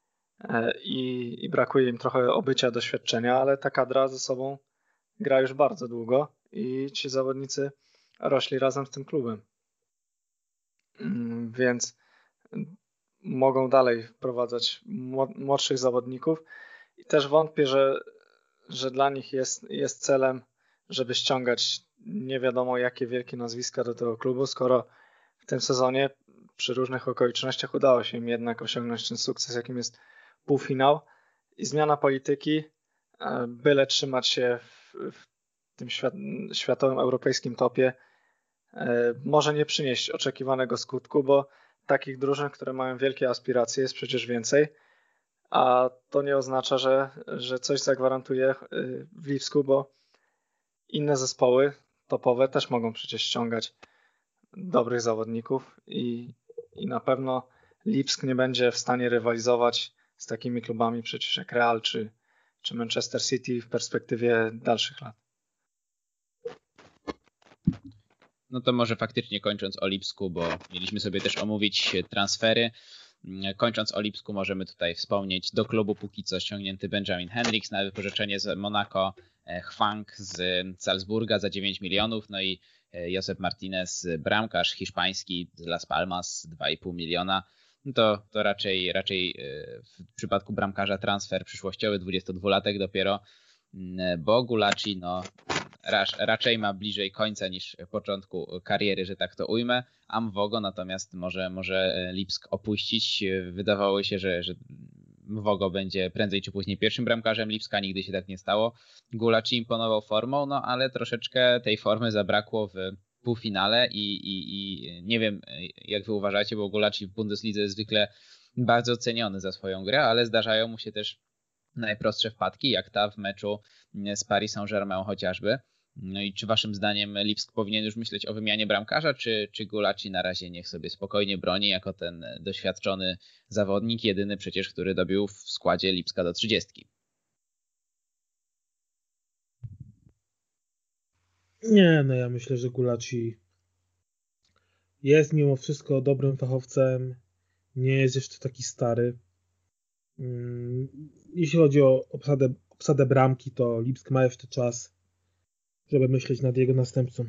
i brakuje im trochę obycia, doświadczenia, ale ta kadra ze sobą gra już bardzo długo i ci zawodnicy rośli razem z tym klubem. Więc mogą dalej wprowadzać młodszych zawodników i też wątpię, że dla nich jest celem, żeby ściągać nie wiadomo jakie wielkie nazwiska do tego klubu, skoro w tym sezonie przy różnych okolicznościach udało się im jednak osiągnąć ten sukces, jakim jest półfinał i zmiana polityki, byle trzymać się w tym światowym, europejskim topie, może nie przynieść oczekiwanego skutku, bo takich drużyn, które mają wielkie aspiracje, jest przecież więcej, a to nie oznacza, że coś zagwarantuje w Lipsku, bo inne zespoły topowe też mogą przecież ściągać dobrych zawodników i na pewno Lipsk nie będzie w stanie rywalizować z takimi klubami przecież jak Real czy Manchester City w perspektywie dalszych lat. No to może faktycznie kończąc o Lipsku, bo mieliśmy sobie też omówić transfery. Kończąc o Lipsku możemy tutaj wspomnieć do klubu póki co ściągnięty Benjamin Henriks na wypożyczenie z Monaco, Hwang z Salzburga za 9 milionów, no i Josep Martinez, bramkarz hiszpański z Las Palmas 2,5 miliona. To raczej w przypadku bramkarza transfer przyszłościowy, 22-latek dopiero, bo Gulaci raczej ma bliżej końca niż początku kariery, że tak to ujmę. Mvogo natomiast może Lipsk opuścić. Wydawało się, że Mvogo będzie prędzej czy później pierwszym bramkarzem Lipska, nigdy się tak nie stało. Gulaci imponował formą, no ale troszeczkę tej formy zabrakło w półfinale i nie wiem jak wy uważacie, bo Gulaci w Bundeslidze jest zwykle bardzo ceniony za swoją grę, ale zdarzają mu się też najprostsze wpadki, jak ta w meczu z Paris Saint-Germain chociażby. No i czy waszym zdaniem Lipsk powinien już myśleć o wymianie bramkarza, czy Gulaci na razie niech sobie spokojnie broni jako ten doświadczony zawodnik, jedyny przecież, który dobił w składzie Lipska do 30? Nie, no ja myślę, że Gulaci jest mimo wszystko dobrym fachowcem, nie jest jeszcze taki stary. Jeśli chodzi o obsadę bramki, to Lipsk ma jeszcze czas, żeby myśleć nad jego następcą.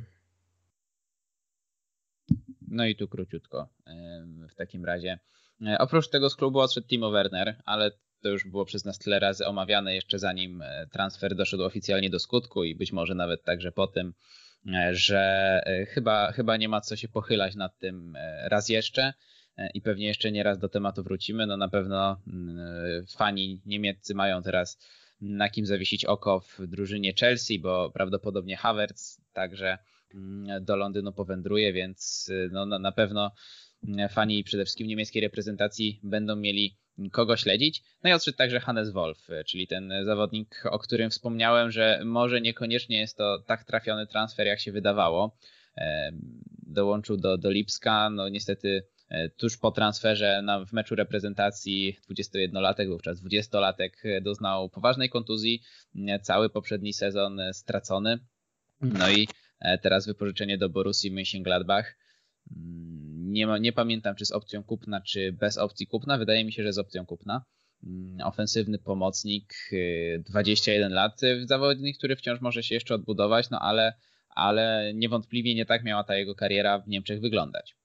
No i tu króciutko w takim razie. Oprócz tego z klubu odszedł Timo Werner, ale to już było przez nas tyle razy omawiane jeszcze zanim transfer doszedł oficjalnie do skutku i być może nawet także po tym, że chyba nie ma co się pochylać nad tym raz jeszcze i pewnie jeszcze nie raz do tematu wrócimy. No na pewno fani niemieccy mają teraz na kim zawiesić oko w drużynie Chelsea, bo prawdopodobnie Havertz także do Londynu powędruje, więc no, na pewno fani przede wszystkim niemieckiej reprezentacji będą mieli kogo śledzić. No i odszedł także Hannes Wolf, czyli ten zawodnik, o którym wspomniałem, że może niekoniecznie jest to tak trafiony transfer, jak się wydawało. Dołączył do Lipska, no niestety tuż po transferze w meczu reprezentacji 21-latek, wówczas 20-latek doznał poważnej kontuzji, cały poprzedni sezon stracony. No i teraz wypożyczenie do Borussii Mönchengladbach. Nie pamiętam, czy z opcją kupna, czy bez opcji kupna. Wydaje mi się, że z opcją kupna. Ofensywny pomocnik, 21 lat, zawodnik, który wciąż może się jeszcze odbudować, no ale niewątpliwie nie tak miała ta jego kariera w Niemczech wyglądać.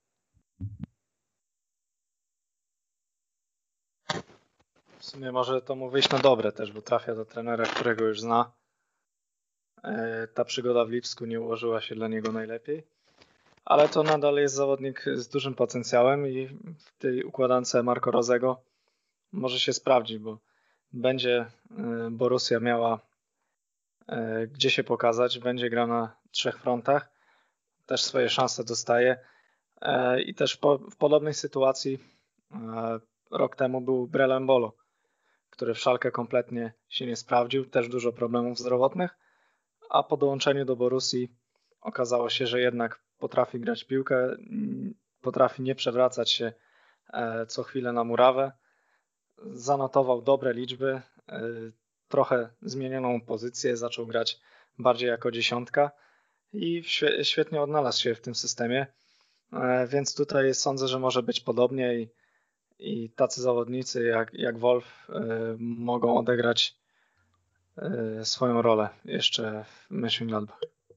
W sumie może to mu wyjść na dobre też, bo trafia do trenera, którego już zna. Ta przygoda w Lipsku nie ułożyła się dla niego najlepiej, ale to nadal jest zawodnik z dużym potencjałem i w tej układance Marco Rosego może się sprawdzić, bo będzie Borussia miała gdzie się pokazać, będzie grał na 3 frontach, też swoje szanse dostaje i też w podobnej sytuacji rok temu był Brel Embolo, który w Schalke kompletnie się nie sprawdził, też dużo problemów zdrowotnych, a po dołączeniu do Borussii okazało się, że jednak potrafi grać piłkę, potrafi nie przewracać się co chwilę na murawę. Zanotował dobre liczby, trochę zmienioną pozycję, zaczął grać bardziej jako dziesiątka i świetnie odnalazł się w tym systemie, więc tutaj sądzę, że może być podobnie i tacy zawodnicy jak Wolf mogą odegrać swoją rolę jeszcze w Mönchengladbach.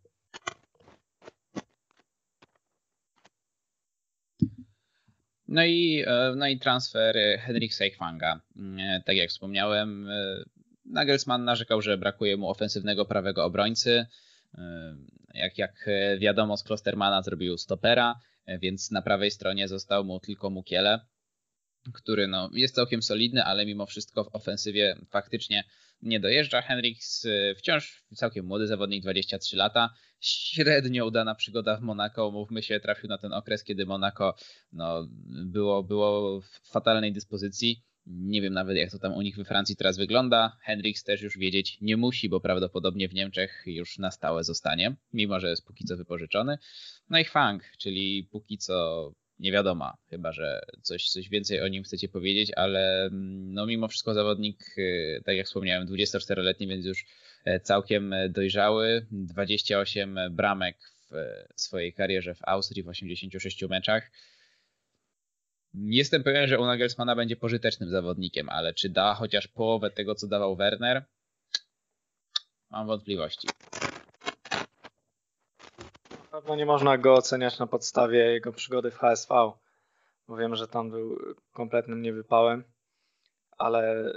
No i transfer Henrik Seichwanga. Tak jak wspomniałem, Nagelsmann narzekał, że brakuje mu ofensywnego prawego obrońcy. Jak wiadomo, z Klostermana zrobił stopera, więc na prawej stronie został mu tylko Mukiele, który jest całkiem solidny, ale mimo wszystko w ofensywie faktycznie nie dojeżdża. Henriks wciąż całkiem młody zawodnik, 23 lata. Średnio udana przygoda w Monako. Mówmy się, trafił na ten okres, kiedy Monako było w fatalnej dyspozycji. Nie wiem nawet, jak to tam u nich we Francji teraz wygląda. Henriks też już wiedzieć nie musi, bo prawdopodobnie w Niemczech już na stałe zostanie, mimo że jest póki co wypożyczony. No i Hwang, czyli póki co nie wiadomo, chyba że coś więcej o nim chcecie powiedzieć, ale mimo wszystko zawodnik, tak jak wspomniałem, 24-letni, więc już całkiem dojrzały. 28 bramek w swojej karierze w Austrii w 86 meczach. Jestem pewien, że u Nagelsmana będzie pożytecznym zawodnikiem, ale czy da chociaż połowę tego, co dawał Werner? Mam wątpliwości. Na pewno nie można go oceniać na podstawie jego przygody w HSV, bo wiem, że tam był kompletnym niewypałem, ale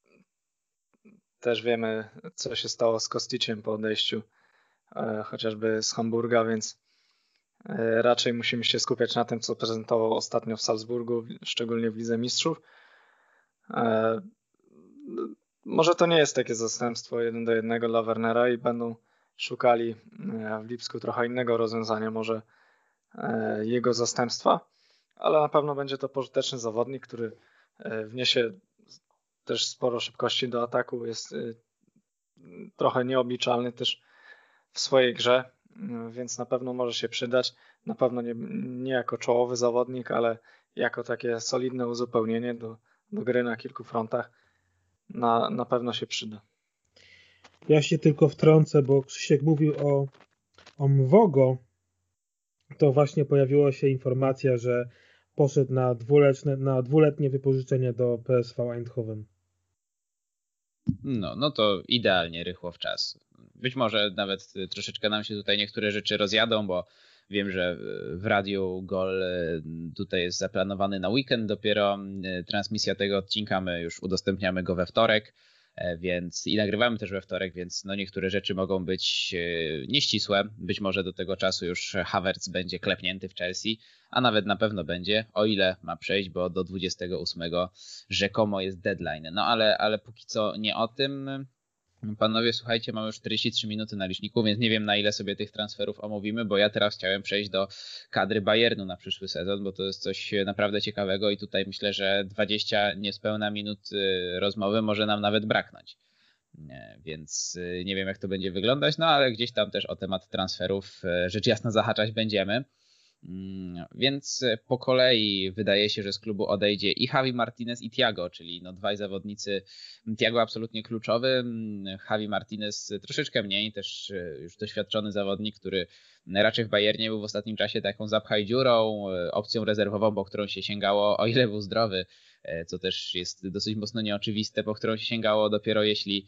też wiemy, co się stało z Kosticiem po odejściu chociażby z Hamburga, więc raczej musimy się skupiać na tym, co prezentował ostatnio w Salzburgu, szczególnie w Lidze Mistrzów. Może to nie jest takie zastępstwo 1-1 dla Wernera i będą szukali w Lipsku trochę innego rozwiązania, może jego zastępstwa, ale na pewno będzie to pożyteczny zawodnik, który wniesie też sporo szybkości do ataku, jest trochę nieobliczalny też w swojej grze, więc na pewno może się przydać. Na pewno nie jako czołowy zawodnik, ale jako takie solidne uzupełnienie do gry na kilku frontach na pewno się przyda. Ja się tylko wtrącę, bo Krzysiek mówił o Mwogo, to właśnie pojawiła się informacja, że poszedł na dwuletnie wypożyczenie do PSV Eindhoven. No to idealnie rychło w czas. Być może nawet troszeczkę nam się tutaj niektóre rzeczy rozjadą, bo wiem, że w Radiu Gol tutaj jest zaplanowany na weekend dopiero transmisja tego odcinka. My już udostępniamy go we wtorek, więc i nagrywamy też we wtorek, więc niektóre rzeczy mogą być nieścisłe. Być może do tego czasu już Havertz będzie klepnięty w Chelsea, a nawet na pewno będzie, o ile ma przejść, bo do 28 rzekomo jest deadline. No ale póki co nie o tym. Panowie, słuchajcie, mamy już 43 minuty na liczniku, więc nie wiem, na ile sobie tych transferów omówimy, bo ja teraz chciałem przejść do kadry Bayernu na przyszły sezon, bo to jest coś naprawdę ciekawego i tutaj myślę, że 20 niespełna minut rozmowy może nam nawet braknąć. Więc nie wiem, jak to będzie wyglądać, no ale gdzieś tam też o temat transferów rzecz jasna zahaczać będziemy. Więc po kolei wydaje się, że z klubu odejdzie i Javi Martinez i Thiago, czyli dwaj zawodnicy. Thiago absolutnie kluczowy, Javi Martinez troszeczkę mniej, też już doświadczony zawodnik, który raczej w Bayernie był w ostatnim czasie taką zapchaj dziurą, opcją rezerwową, po którą się sięgało, o ile był zdrowy, co też jest dosyć mocno nieoczywiste, po którą się sięgało dopiero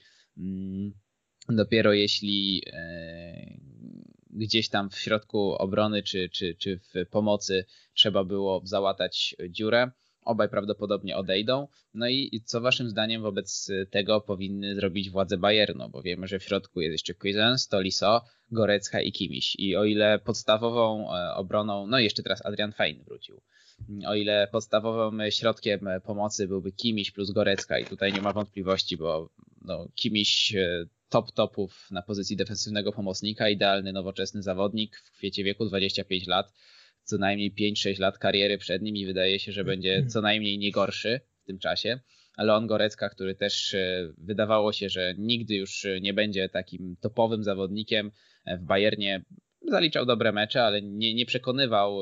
jeśli gdzieś tam w środku obrony czy w pomocy trzeba było załatać dziurę. Obaj prawdopodobnie odejdą. No i co waszym zdaniem wobec tego powinny zrobić władze Bayernu? Bo wiemy, że w środku jest jeszcze Cuisance, Tolisso, Goretzka i Kimmich. I o ile podstawową obroną, no i jeszcze teraz Adrian Fein wrócił. O ile podstawowym środkiem pomocy byłby Kimmich plus Goretzka i tutaj nie ma wątpliwości, bo Kimmich top topów na pozycji defensywnego pomocnika, idealny nowoczesny zawodnik w kwiecie wieku 25 lat, co najmniej 5-6 lat kariery przed nim i wydaje się, że będzie co najmniej nie gorszy w tym czasie. Leon Goretzka, który też wydawało się, że nigdy już nie będzie takim topowym zawodnikiem w Bayernie, zaliczał dobre mecze, ale nie przekonywał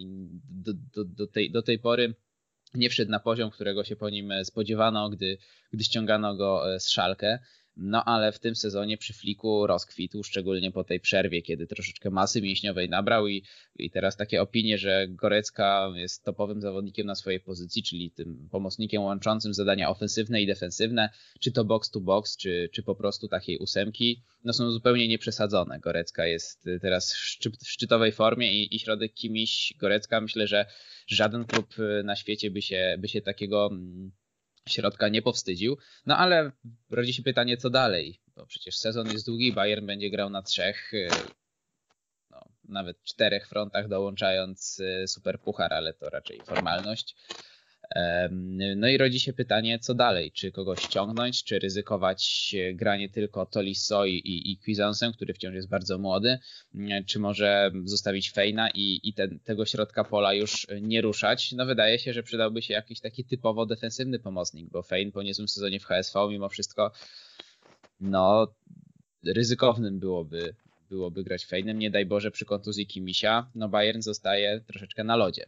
do tej pory. Nie wszedł na poziom, którego się po nim spodziewano, gdy ściągano go z Schalke. No ale w tym sezonie przy Flicku rozkwitł, szczególnie po tej przerwie, kiedy troszeczkę masy mięśniowej nabrał i teraz takie opinie, że Goretzka jest topowym zawodnikiem na swojej pozycji, czyli tym pomocnikiem łączącym zadania ofensywne i defensywne, czy to box to box, czy po prostu takiej ósemki, są zupełnie nieprzesadzone. Goretzka jest teraz w szczytowej formie i środek Kimmich, Goretzka, myślę, że żaden klub na świecie by się takiego środka nie powstydził. No ale rodzi się pytanie, co dalej? Bo przecież sezon jest długi, Bayern będzie grał na 3, nawet 4 frontach, dołączając Superpuchar, ale to raczej formalność. No i rodzi się pytanie, co dalej? Czy kogoś ściągnąć, czy ryzykować granie tylko Tolisso i Cuisancem, który wciąż jest bardzo młody, czy może zostawić Feina i tego środka pola już nie ruszać? No wydaje się, że przydałby się jakiś taki typowo defensywny pomocnik, bo Fein po niezłym sezonie w HSV mimo wszystko ryzykownym byłoby grać Feinem. Nie daj Boże przy kontuzji Kimmicha, Bayern zostaje troszeczkę na lodzie.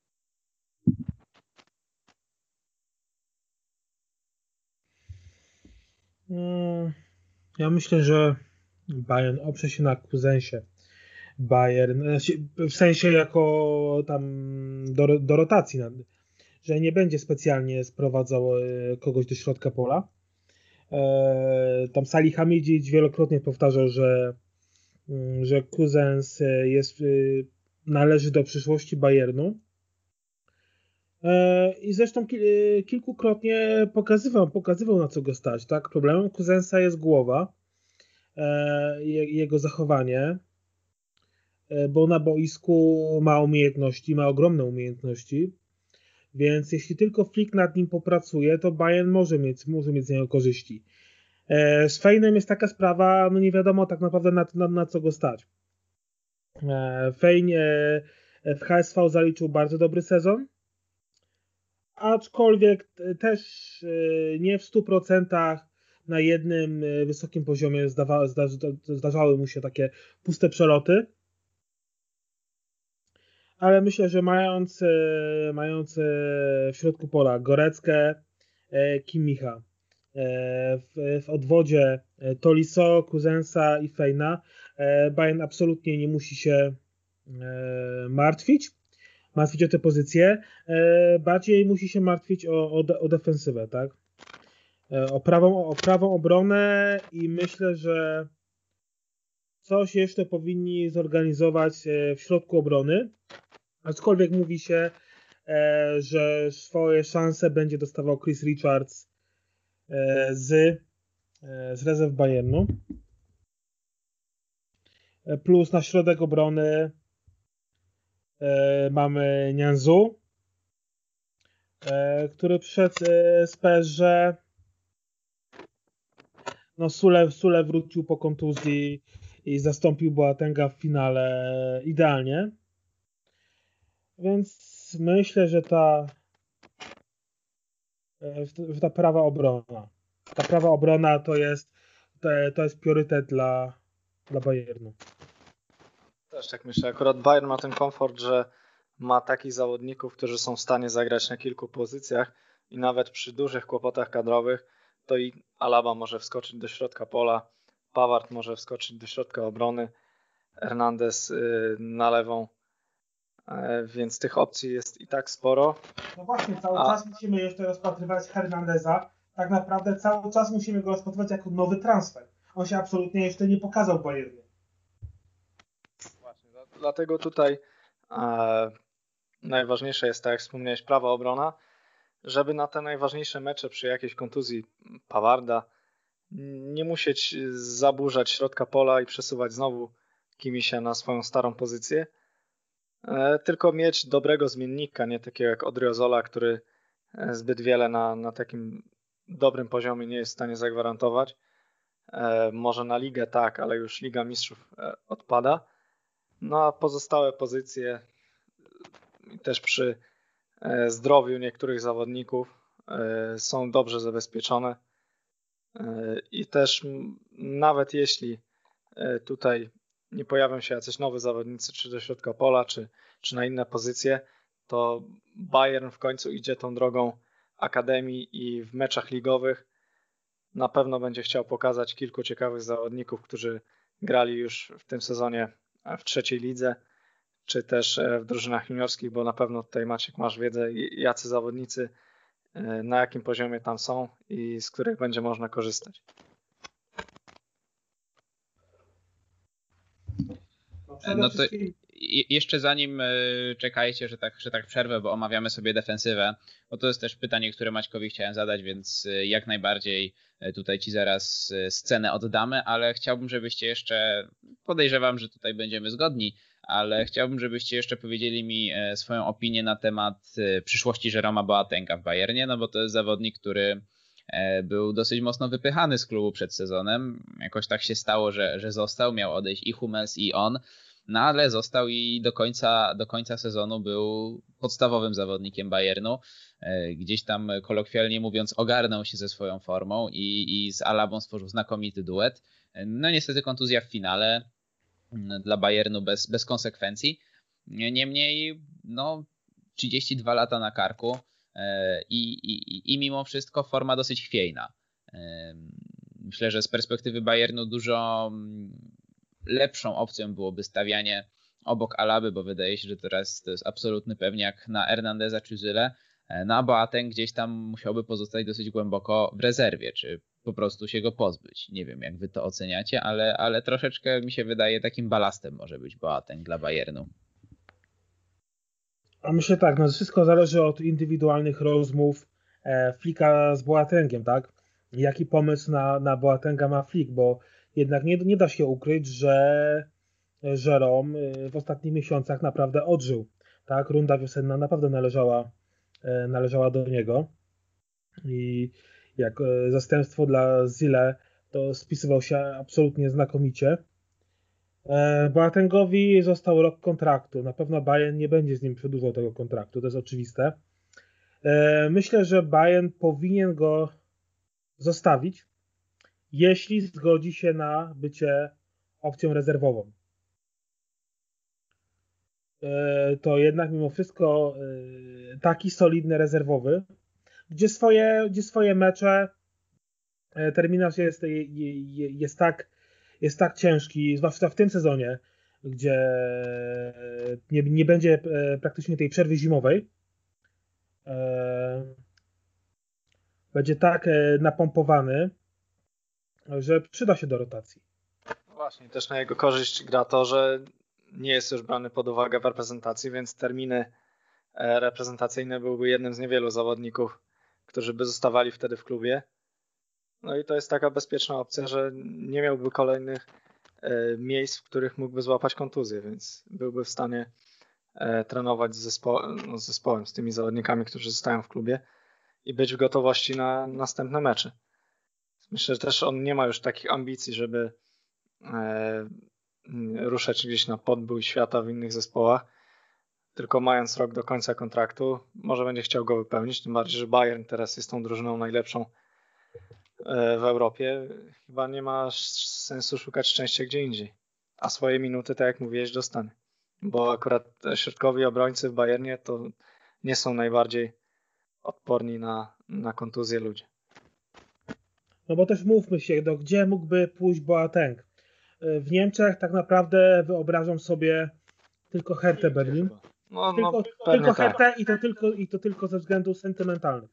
Ja myślę, że Bayern oprze się na Cuisance'ie. Bayern, w sensie jako tam do rotacji, że nie będzie specjalnie sprowadzał kogoś do środka pola. Tam Salihamidzic wielokrotnie powtarzał, że Cuisance należy do przyszłości Bayernu. I zresztą kilkukrotnie pokazywał na co go stać. Tak? Problemem Cuisance'a jest głowa, jego zachowanie, bo na boisku ma umiejętności, ma ogromne umiejętności, więc jeśli tylko Flick nad nim popracuje, to Bayern może mieć z niego korzyści. Z Feinem jest taka sprawa, nie wiadomo tak naprawdę na co go stać. Fein w HSV zaliczył bardzo dobry sezon, aczkolwiek też nie w 100% na jednym wysokim poziomie zdarzały mu się takie puste przeloty. Ale myślę, że mając w środku pola Goreckę, Kimmicha, w odwodzie Tolisso, Cuisance'a i Feina, Bayern absolutnie nie musi się martwić o tę pozycję, bardziej musi się martwić o defensywę, tak? O prawą obronę i myślę, że coś jeszcze powinni zorganizować w środku obrony, aczkolwiek mówi się, że swoje szanse będzie dostawał Chris Richards z rezerw Bayernu. Plus na środek obrony mamy Nianzou, który przyszedł z PSG. Sule wrócił po kontuzji i zastąpił Boatenga w finale idealnie. Więc myślę, że ta prawa obrona to jest priorytet dla Bayernu. Też tak myślę. Akurat Bayern ma ten komfort, że ma takich zawodników, którzy są w stanie zagrać na kilku pozycjach i nawet przy dużych kłopotach kadrowych to i Alaba może wskoczyć do środka pola, Pavard może wskoczyć do środka obrony, Hernandez na lewą, więc tych opcji jest i tak sporo. No właśnie, cały czas musimy jeszcze rozpatrywać Hernandeza. Tak naprawdę cały czas musimy go rozpatrywać jako nowy transfer. On się absolutnie jeszcze nie pokazał w Bayernie. Właśnie, dlatego tutaj najważniejsze jest, tak jak wspomniałeś, prawa obrona, żeby na te najważniejsze mecze przy jakiejś kontuzji Pavarda nie musieć zaburzać środka pola i przesuwać znowu Kimisia na swoją starą pozycję, tylko mieć dobrego zmiennika, nie takiego jak Odriozola, który zbyt wiele na takim dobrym poziomie nie jest w stanie zagwarantować. Może na ligę tak, ale już Liga Mistrzów odpada. No a pozostałe pozycje też przy zdrowiu niektórych zawodników są dobrze zabezpieczone i też nawet jeśli tutaj nie pojawią się jacyś nowi zawodnicy czy do środka pola, czy na inne pozycje, to Bayern w końcu idzie tą drogą akademii i w meczach ligowych na pewno będzie chciał pokazać kilku ciekawych zawodników, którzy grali już w tym sezonie w trzeciej lidze, czy też w drużynach juniorskich, bo na pewno tutaj Maciek masz wiedzę, jacy zawodnicy, na jakim poziomie tam są i z których będzie można korzystać. No to jeszcze zanim czekajcie, że tak przerwę, bo omawiamy sobie defensywę, bo to jest też pytanie, które Maćkowi chciałem zadać, więc jak najbardziej tutaj ci zaraz scenę oddamy, ale chciałbym, żebyście jeszcze, podejrzewam, że tutaj będziemy zgodni, ale chciałbym, żebyście jeszcze powiedzieli mi swoją opinię na temat przyszłości Jeroma Boatenga w Bayernie, no bo to jest zawodnik, który był dosyć mocno wypychany z klubu przed sezonem. Jakoś tak się stało, że został, miał odejść i Hummels i on, no ale został i do końca sezonu był podstawowym zawodnikiem Bayernu. Gdzieś tam kolokwialnie mówiąc ogarnął się ze swoją formą i z Alabą stworzył znakomity duet. No niestety kontuzja w finale dla Bayernu bez konsekwencji. Niemniej no 32 lata na karku. I mimo wszystko forma dosyć chwiejna. Myślę, że z perspektywy Bayernu dużo lepszą opcją byłoby stawianie obok Alaby, bo wydaje się, że teraz to jest absolutny pewniak na Hernandeza czy Zyle, no a Boateng gdzieś tam musiałby pozostać dosyć głęboko w rezerwie, czy po prostu się go pozbyć. Nie wiem, jak wy to oceniacie, ale troszeczkę mi się wydaje takim balastem może być Boateng dla Bayernu. A myślę tak, no wszystko zależy od indywidualnych rozmów Flicka z Boatengiem, tak? Jaki pomysł na Boatenga ma Flick, bo jednak nie da się ukryć, że Jerome w ostatnich miesiącach naprawdę odżył, tak? Runda wiosenna naprawdę należała do niego i jak zastępstwo dla Zile to spisywał się absolutnie znakomicie. Boatengowi został rok kontraktu. Na pewno Bayern nie będzie z nim przedłużał tego kontraktu, to jest oczywiste. Myślę, że Bayern powinien go zostawić, jeśli zgodzi się na bycie opcją rezerwową. To jednak mimo wszystko taki solidny rezerwowy, gdzie swoje mecze terminarz jest tak ciężki, zwłaszcza w tym sezonie, gdzie nie będzie praktycznie tej przerwy zimowej. Będzie tak napompowany, że przyda się do rotacji. Właśnie, też na jego korzyść gra to, że nie jest już brany pod uwagę w reprezentacji, więc terminy reprezentacyjne byłyby jednym z niewielu zawodników, którzy by zostawali wtedy w klubie. No i to jest taka bezpieczna opcja, że nie miałby kolejnych miejsc, w których mógłby złapać kontuzję, więc byłby w stanie trenować z zespołem, z tymi zawodnikami, którzy zostają w klubie i być w gotowości na następne mecze. Myślę, że też on nie ma już takich ambicji, żeby ruszać gdzieś na podbój świata w innych zespołach, tylko mając rok do końca kontraktu, może będzie chciał go wypełnić, tym bardziej, że Bayern teraz jest tą drużyną najlepszą w Europie. Chyba nie ma sensu szukać szczęścia gdzie indziej. a swoje minuty, tak jak mówiłeś, dostanie. Bo akurat środkowi obrońcy w Bayernie to nie są najbardziej odporni na kontuzję ludzie. No bo też mówmy się, gdzie mógłby pójść Boateng? W Niemczech tak naprawdę wyobrażam sobie tylko Hertę Berlin. Tylko Hertę i to tylko ze względów sentymentalnych.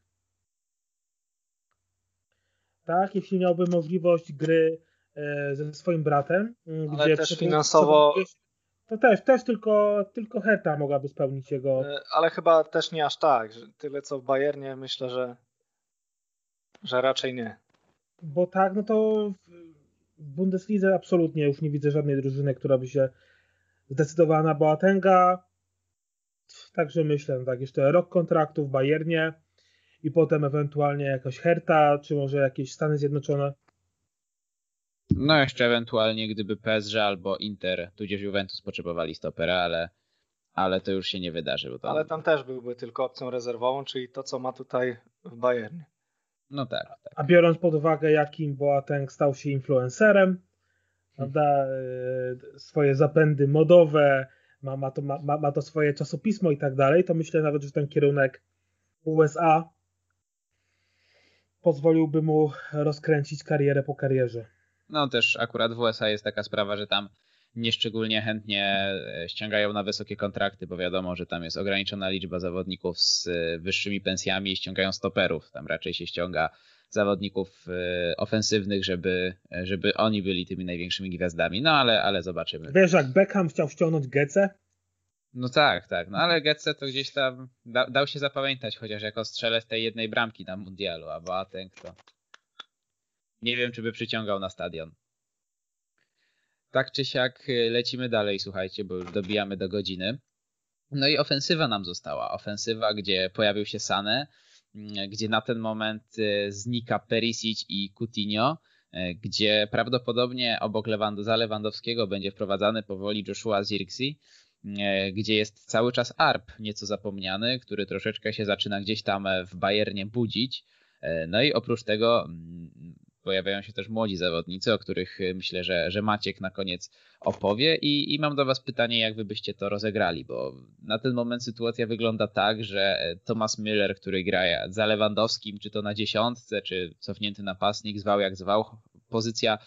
Tak, jeśli miałby możliwość gry ze swoim bratem, ale gdzie też finansowo to też tylko Hertha mogłaby spełnić jego... Ale chyba też nie aż tak, że tyle co w Bayernie, myślę, że raczej nie. Bo tak, no to w Bundeslidze absolutnie już nie widzę żadnej drużyny, która by się zdecydowała na Boatenga. Także myślę, tak, jeszcze rok kontraktu w Bayernie i potem ewentualnie jakaś Hertha, czy może jakieś Stany Zjednoczone. No jeszcze ewentualnie gdyby PSG albo Inter, tudzież Juventus potrzebowali stopera, ale to już się nie wydarzy. Bo to... Ale tam też byłby tylko opcją rezerwową, czyli to, co ma tutaj w Bayernie. No tak. A biorąc pod uwagę, jakim Boateng stał się influencerem, prawda, swoje zapędy modowe, ma to swoje czasopismo i tak dalej, to myślę nawet, że ten kierunek USA pozwoliłby mu rozkręcić karierę po karierze. No też akurat w USA jest taka sprawa, że tam nieszczególnie chętnie ściągają na wysokie kontrakty, bo wiadomo, że tam jest ograniczona liczba zawodników z wyższymi pensjami i ściągają stoperów. Tam raczej się ściąga zawodników ofensywnych, żeby oni byli tymi największymi gwiazdami. No ale zobaczymy. Wiesz, jak Beckham chciał ściągnąć Götze? No tak. No ale Götze to gdzieś tam dał się zapamiętać, chociaż jako strzelec tej jednej bramki na mundialu, a Boateng to nie wiem, czy by przyciągał na stadion. Tak czy siak lecimy dalej, słuchajcie, bo już dobijamy do godziny. No i ofensywa nam została. Ofensywa, gdzie pojawił się Sané, gdzie na ten moment znika Perisic i Coutinho, gdzie prawdopodobnie obok za Lewandowskiego będzie wprowadzany powoli Joshua Zirkzee, gdzie jest cały czas Arp, nieco zapomniany, który troszeczkę się zaczyna gdzieś tam w Bayernie budzić. No i oprócz tego pojawiają się też młodzi zawodnicy, o których myślę, że Maciek na koniec opowie i mam do was pytanie, jak wy byście to rozegrali, bo na ten moment sytuacja wygląda tak, że Thomas Müller, który gra za Lewandowskim, czy to na dziesiątce, czy cofnięty napastnik, zwał jak zwał, pozycja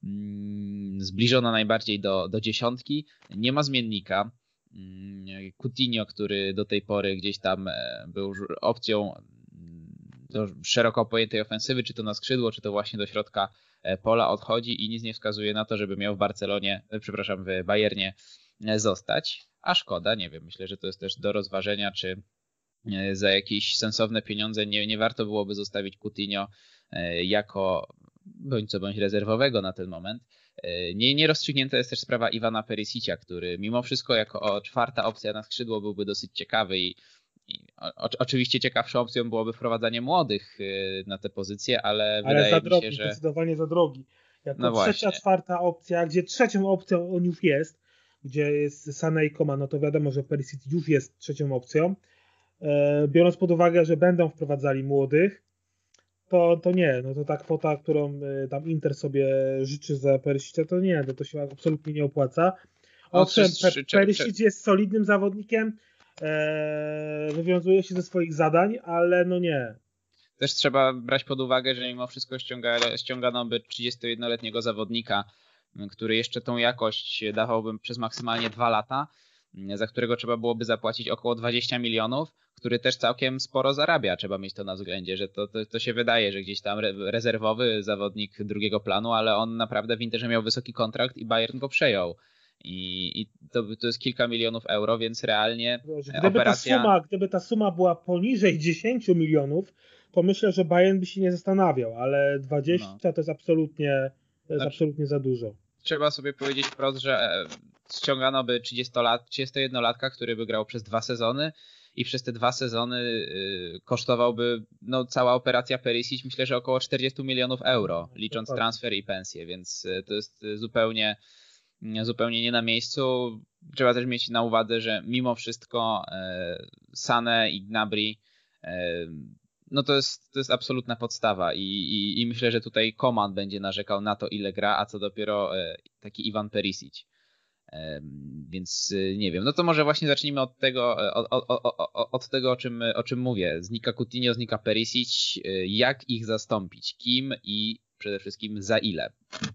zbliżona najbardziej do dziesiątki, nie ma zmiennika. Coutinho, który do tej pory gdzieś tam był opcją do szeroko pojętej ofensywy, czy to na skrzydło, czy to właśnie do środka pola odchodzi i nic nie wskazuje na to, żeby miał w Bayernie zostać. A szkoda, nie wiem, myślę, że to jest też do rozważenia, czy za jakieś sensowne pieniądze nie warto byłoby zostawić Coutinho jako bądź co bądź rezerwowego na ten moment. Nierozstrzygnięta jest też sprawa Ivana Perisicia, który mimo wszystko jako czwarta opcja na skrzydło byłby dosyć ciekawy i oczywiście ciekawszą opcją byłoby wprowadzanie młodych na tę pozycję, ale wydaje mi się, że... zdecydowanie za drogi. Jako no trzecia, właśnie. czwarta opcja, gdzie trzecią opcją on już jest, gdzie jest Sané i Coman, no to wiadomo, że Perisic już jest trzecią opcją. Biorąc pod uwagę, że będą wprowadzali młodych, to nie, no to ta kwota, którą tam Inter sobie życzy za Perisicia, to nie, to się absolutnie nie opłaca. Owszem, Perisic jest solidnym zawodnikiem, wywiązuje się ze swoich zadań, ale no nie. Też trzeba brać pod uwagę, że mimo wszystko ściągano by 31-letniego zawodnika, który jeszcze tą jakość dawałby przez maksymalnie 2 lata, za którego trzeba byłoby zapłacić około 20 milionów, który też całkiem sporo zarabia. Trzeba mieć to na względzie, że to się wydaje, że gdzieś tam rezerwowy zawodnik drugiego planu, ale on naprawdę w Interze miał wysoki kontrakt i Bayern go przejął. I to jest kilka milionów euro, więc realnie Gdyby ta suma była poniżej 10 milionów, to myślę, że Bayern by się nie zastanawiał, ale 20 to jest absolutnie za dużo. Trzeba sobie powiedzieć wprost, że ściągano by 31-latka, który by grał przez 2 sezony i przez te 2 sezony kosztowałby cała operacja Perisic, myślę, że około 40 milionów euro, licząc transfer i pensje, więc to jest zupełnie nie na miejscu. Trzeba też mieć na uwadze, że mimo wszystko Sané i Gnabry to jest absolutna podstawa i myślę, że tutaj Coman będzie narzekał na to, ile gra, a co dopiero taki Ivan Perisic. Więc nie wiem, no to może właśnie zacznijmy od tego, o czym mówię. Znika Coutinho, znika Perisic. Jak ich zastąpić? Kim i przede wszystkim za ile?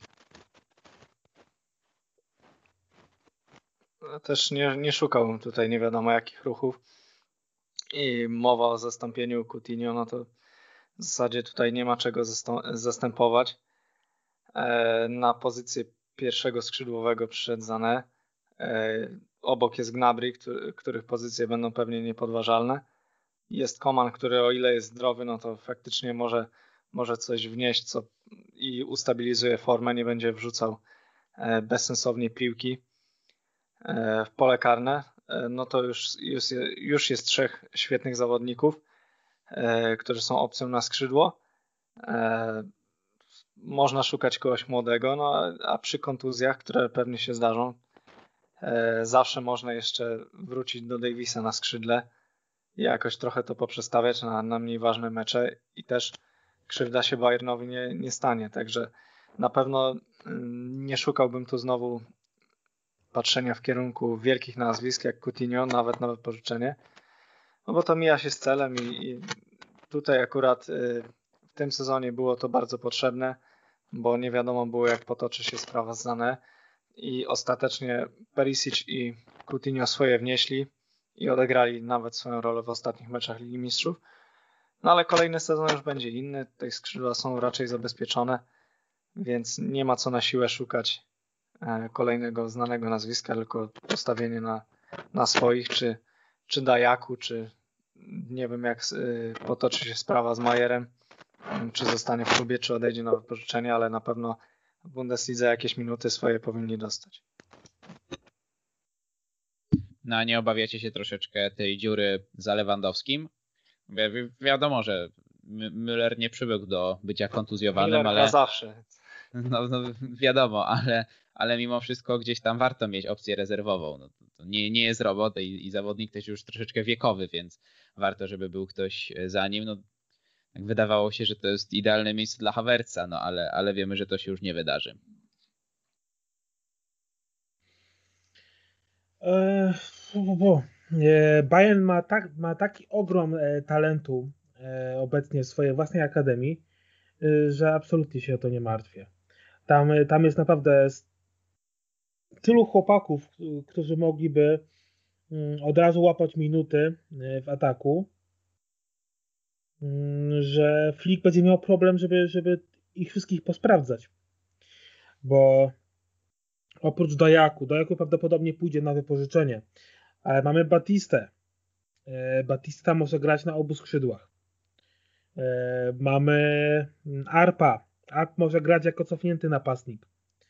Też nie szukałbym tutaj nie wiadomo jakich ruchów. I mowa o zastąpieniu Coutinho, no to w zasadzie tutaj nie ma czego zastępować. Na pozycję pierwszego skrzydłowego przyszedł Sané. Obok jest Gnabry, których pozycje będą pewnie niepodważalne. Jest Coman, który o ile jest zdrowy, no to faktycznie może coś wnieść i ustabilizuje formę, nie będzie wrzucał bezsensownie piłki w pole karne. No to już jest 3 świetnych zawodników, którzy są opcją na skrzydło. Można szukać kogoś młodego, no a przy kontuzjach, które pewnie się zdarzą, zawsze można jeszcze wrócić do Davisa na skrzydle i jakoś trochę to poprzestawiać na mniej ważne mecze i też krzywda się Bayernowi nie stanie, także na pewno nie szukałbym tu znowu patrzenia w kierunku wielkich nazwisk jak Coutinho, nawet na wypożyczenie, no bo to mija się z celem i tutaj akurat w tym sezonie było to bardzo potrzebne, bo nie wiadomo było jak potoczy się sprawa z Sané i ostatecznie Perisic i Coutinho swoje wnieśli i odegrali nawet swoją rolę w ostatnich meczach Ligi Mistrzów. No ale kolejny sezon już będzie inny, tutaj skrzydła są raczej zabezpieczone, więc nie ma co na siłę szukać kolejnego znanego nazwiska, tylko postawienie na swoich, czy Dajaku, czy nie wiem jak potoczy się sprawa z Majerem, czy zostanie w klubie, czy odejdzie na wypożyczenie, ale na pewno w Bundeslidze jakieś minuty swoje powinni dostać. No a nie obawiacie się troszeczkę tej dziury za Lewandowskim? Wiadomo, że Müller nie przywykł do bycia kontuzjowanym, Müller ale zawsze. No wiadomo, ale mimo wszystko gdzieś tam warto mieć opcję rezerwową. No, to nie jest robot i zawodnik też już troszeczkę wiekowy, więc warto, żeby był ktoś za nim. No, wydawało się, że to jest idealne miejsce dla Havertza, no ale wiemy, że to się już nie wydarzy. Bayern ma taki ogrom talentu obecnie w swojej własnej akademii, że absolutnie się o to nie martwię. Tam jest naprawdę tylu chłopaków, którzy mogliby od razu łapać minuty w ataku, że Flick będzie miał problem, żeby ich wszystkich posprawdzać. Bo oprócz Dajaku prawdopodobnie pójdzie na wypożyczenie, ale mamy Batistę. Batista może grać na obu skrzydłach. Mamy Arpa. Arp może grać jako cofnięty napastnik.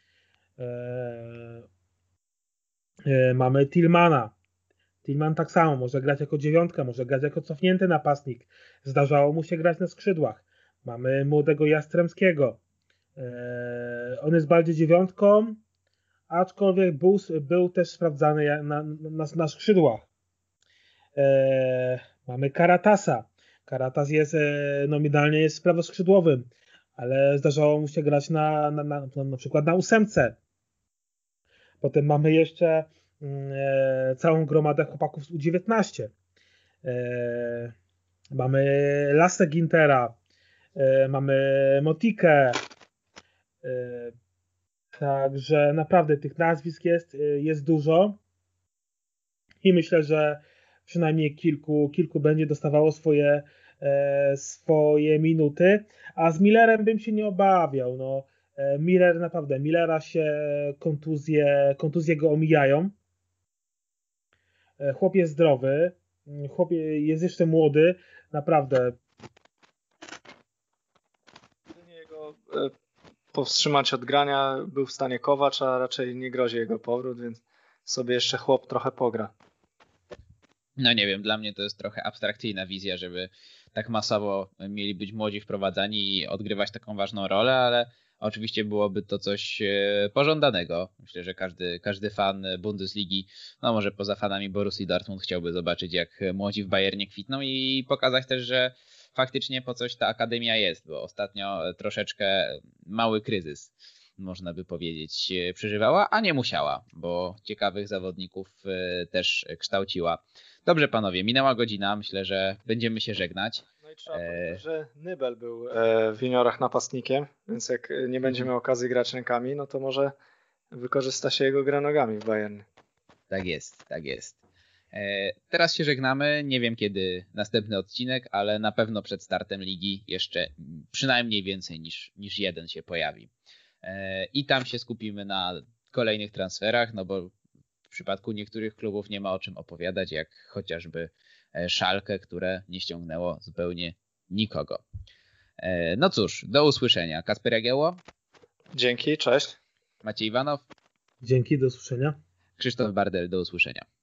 Mamy Tillmana. Tillman tak samo może grać jako 9, może grać jako cofnięty napastnik. Zdarzało mu się grać na skrzydłach. Mamy młodego Jastrzębskiego. On jest bardziej 9, aczkolwiek był też sprawdzany na skrzydłach. Mamy Karatasa. Karatas jest nominalnie jest prawoskrzydłowym, ale zdarzało mu się grać na przykład na 8. Potem mamy jeszcze całą gromadę chłopaków z U19. Mamy Lasse Gintera, mamy Motikę. Także naprawdę tych nazwisk jest dużo i myślę, że przynajmniej kilku będzie dostawało swoje minuty, a z Millerem bym się nie obawiał. No, Millera się kontuzje go omijają. Chłop jest zdrowy, chłop jest jeszcze młody, naprawdę. Jego powstrzymać od grania był w stanie Kowacz, a raczej nie grozi jego powrót, więc sobie jeszcze chłop trochę pogra. No nie wiem, dla mnie to jest trochę abstrakcyjna wizja, żeby tak masowo mieli być młodzi wprowadzani i odgrywać taką ważną rolę, ale oczywiście byłoby to coś pożądanego. Myślę, że każdy fan Bundesligi, no może poza fanami Borussii Dortmund, chciałby zobaczyć, jak młodzi w Bayernie kwitną i pokazać też, że faktycznie po coś ta akademia jest, bo ostatnio troszeczkę mały kryzys można by powiedzieć, przeżywała, a nie musiała, bo ciekawych zawodników też kształciła. Dobrze panowie, minęła godzina, myślę, że będziemy się żegnać. No i trzeba powiedzieć, że Nybel był w juniorach napastnikiem, więc jak nie będzie miał okazji grać rękami, no to może wykorzysta się jego gra nogami w Bayernie. Tak jest, tak jest. Teraz się żegnamy, nie wiem kiedy następny odcinek, ale na pewno przed startem ligi jeszcze przynajmniej więcej niż jeden się pojawi. I tam się skupimy na kolejnych transferach, no bo w przypadku niektórych klubów nie ma o czym opowiadać, jak chociażby Schalke, które nie ściągnęło zupełnie nikogo. No cóż, do usłyszenia. Kasper Jagiełło. Dzięki, cześć. Maciej Iwanow. Dzięki, do usłyszenia. Krzysztof Bardel, do usłyszenia.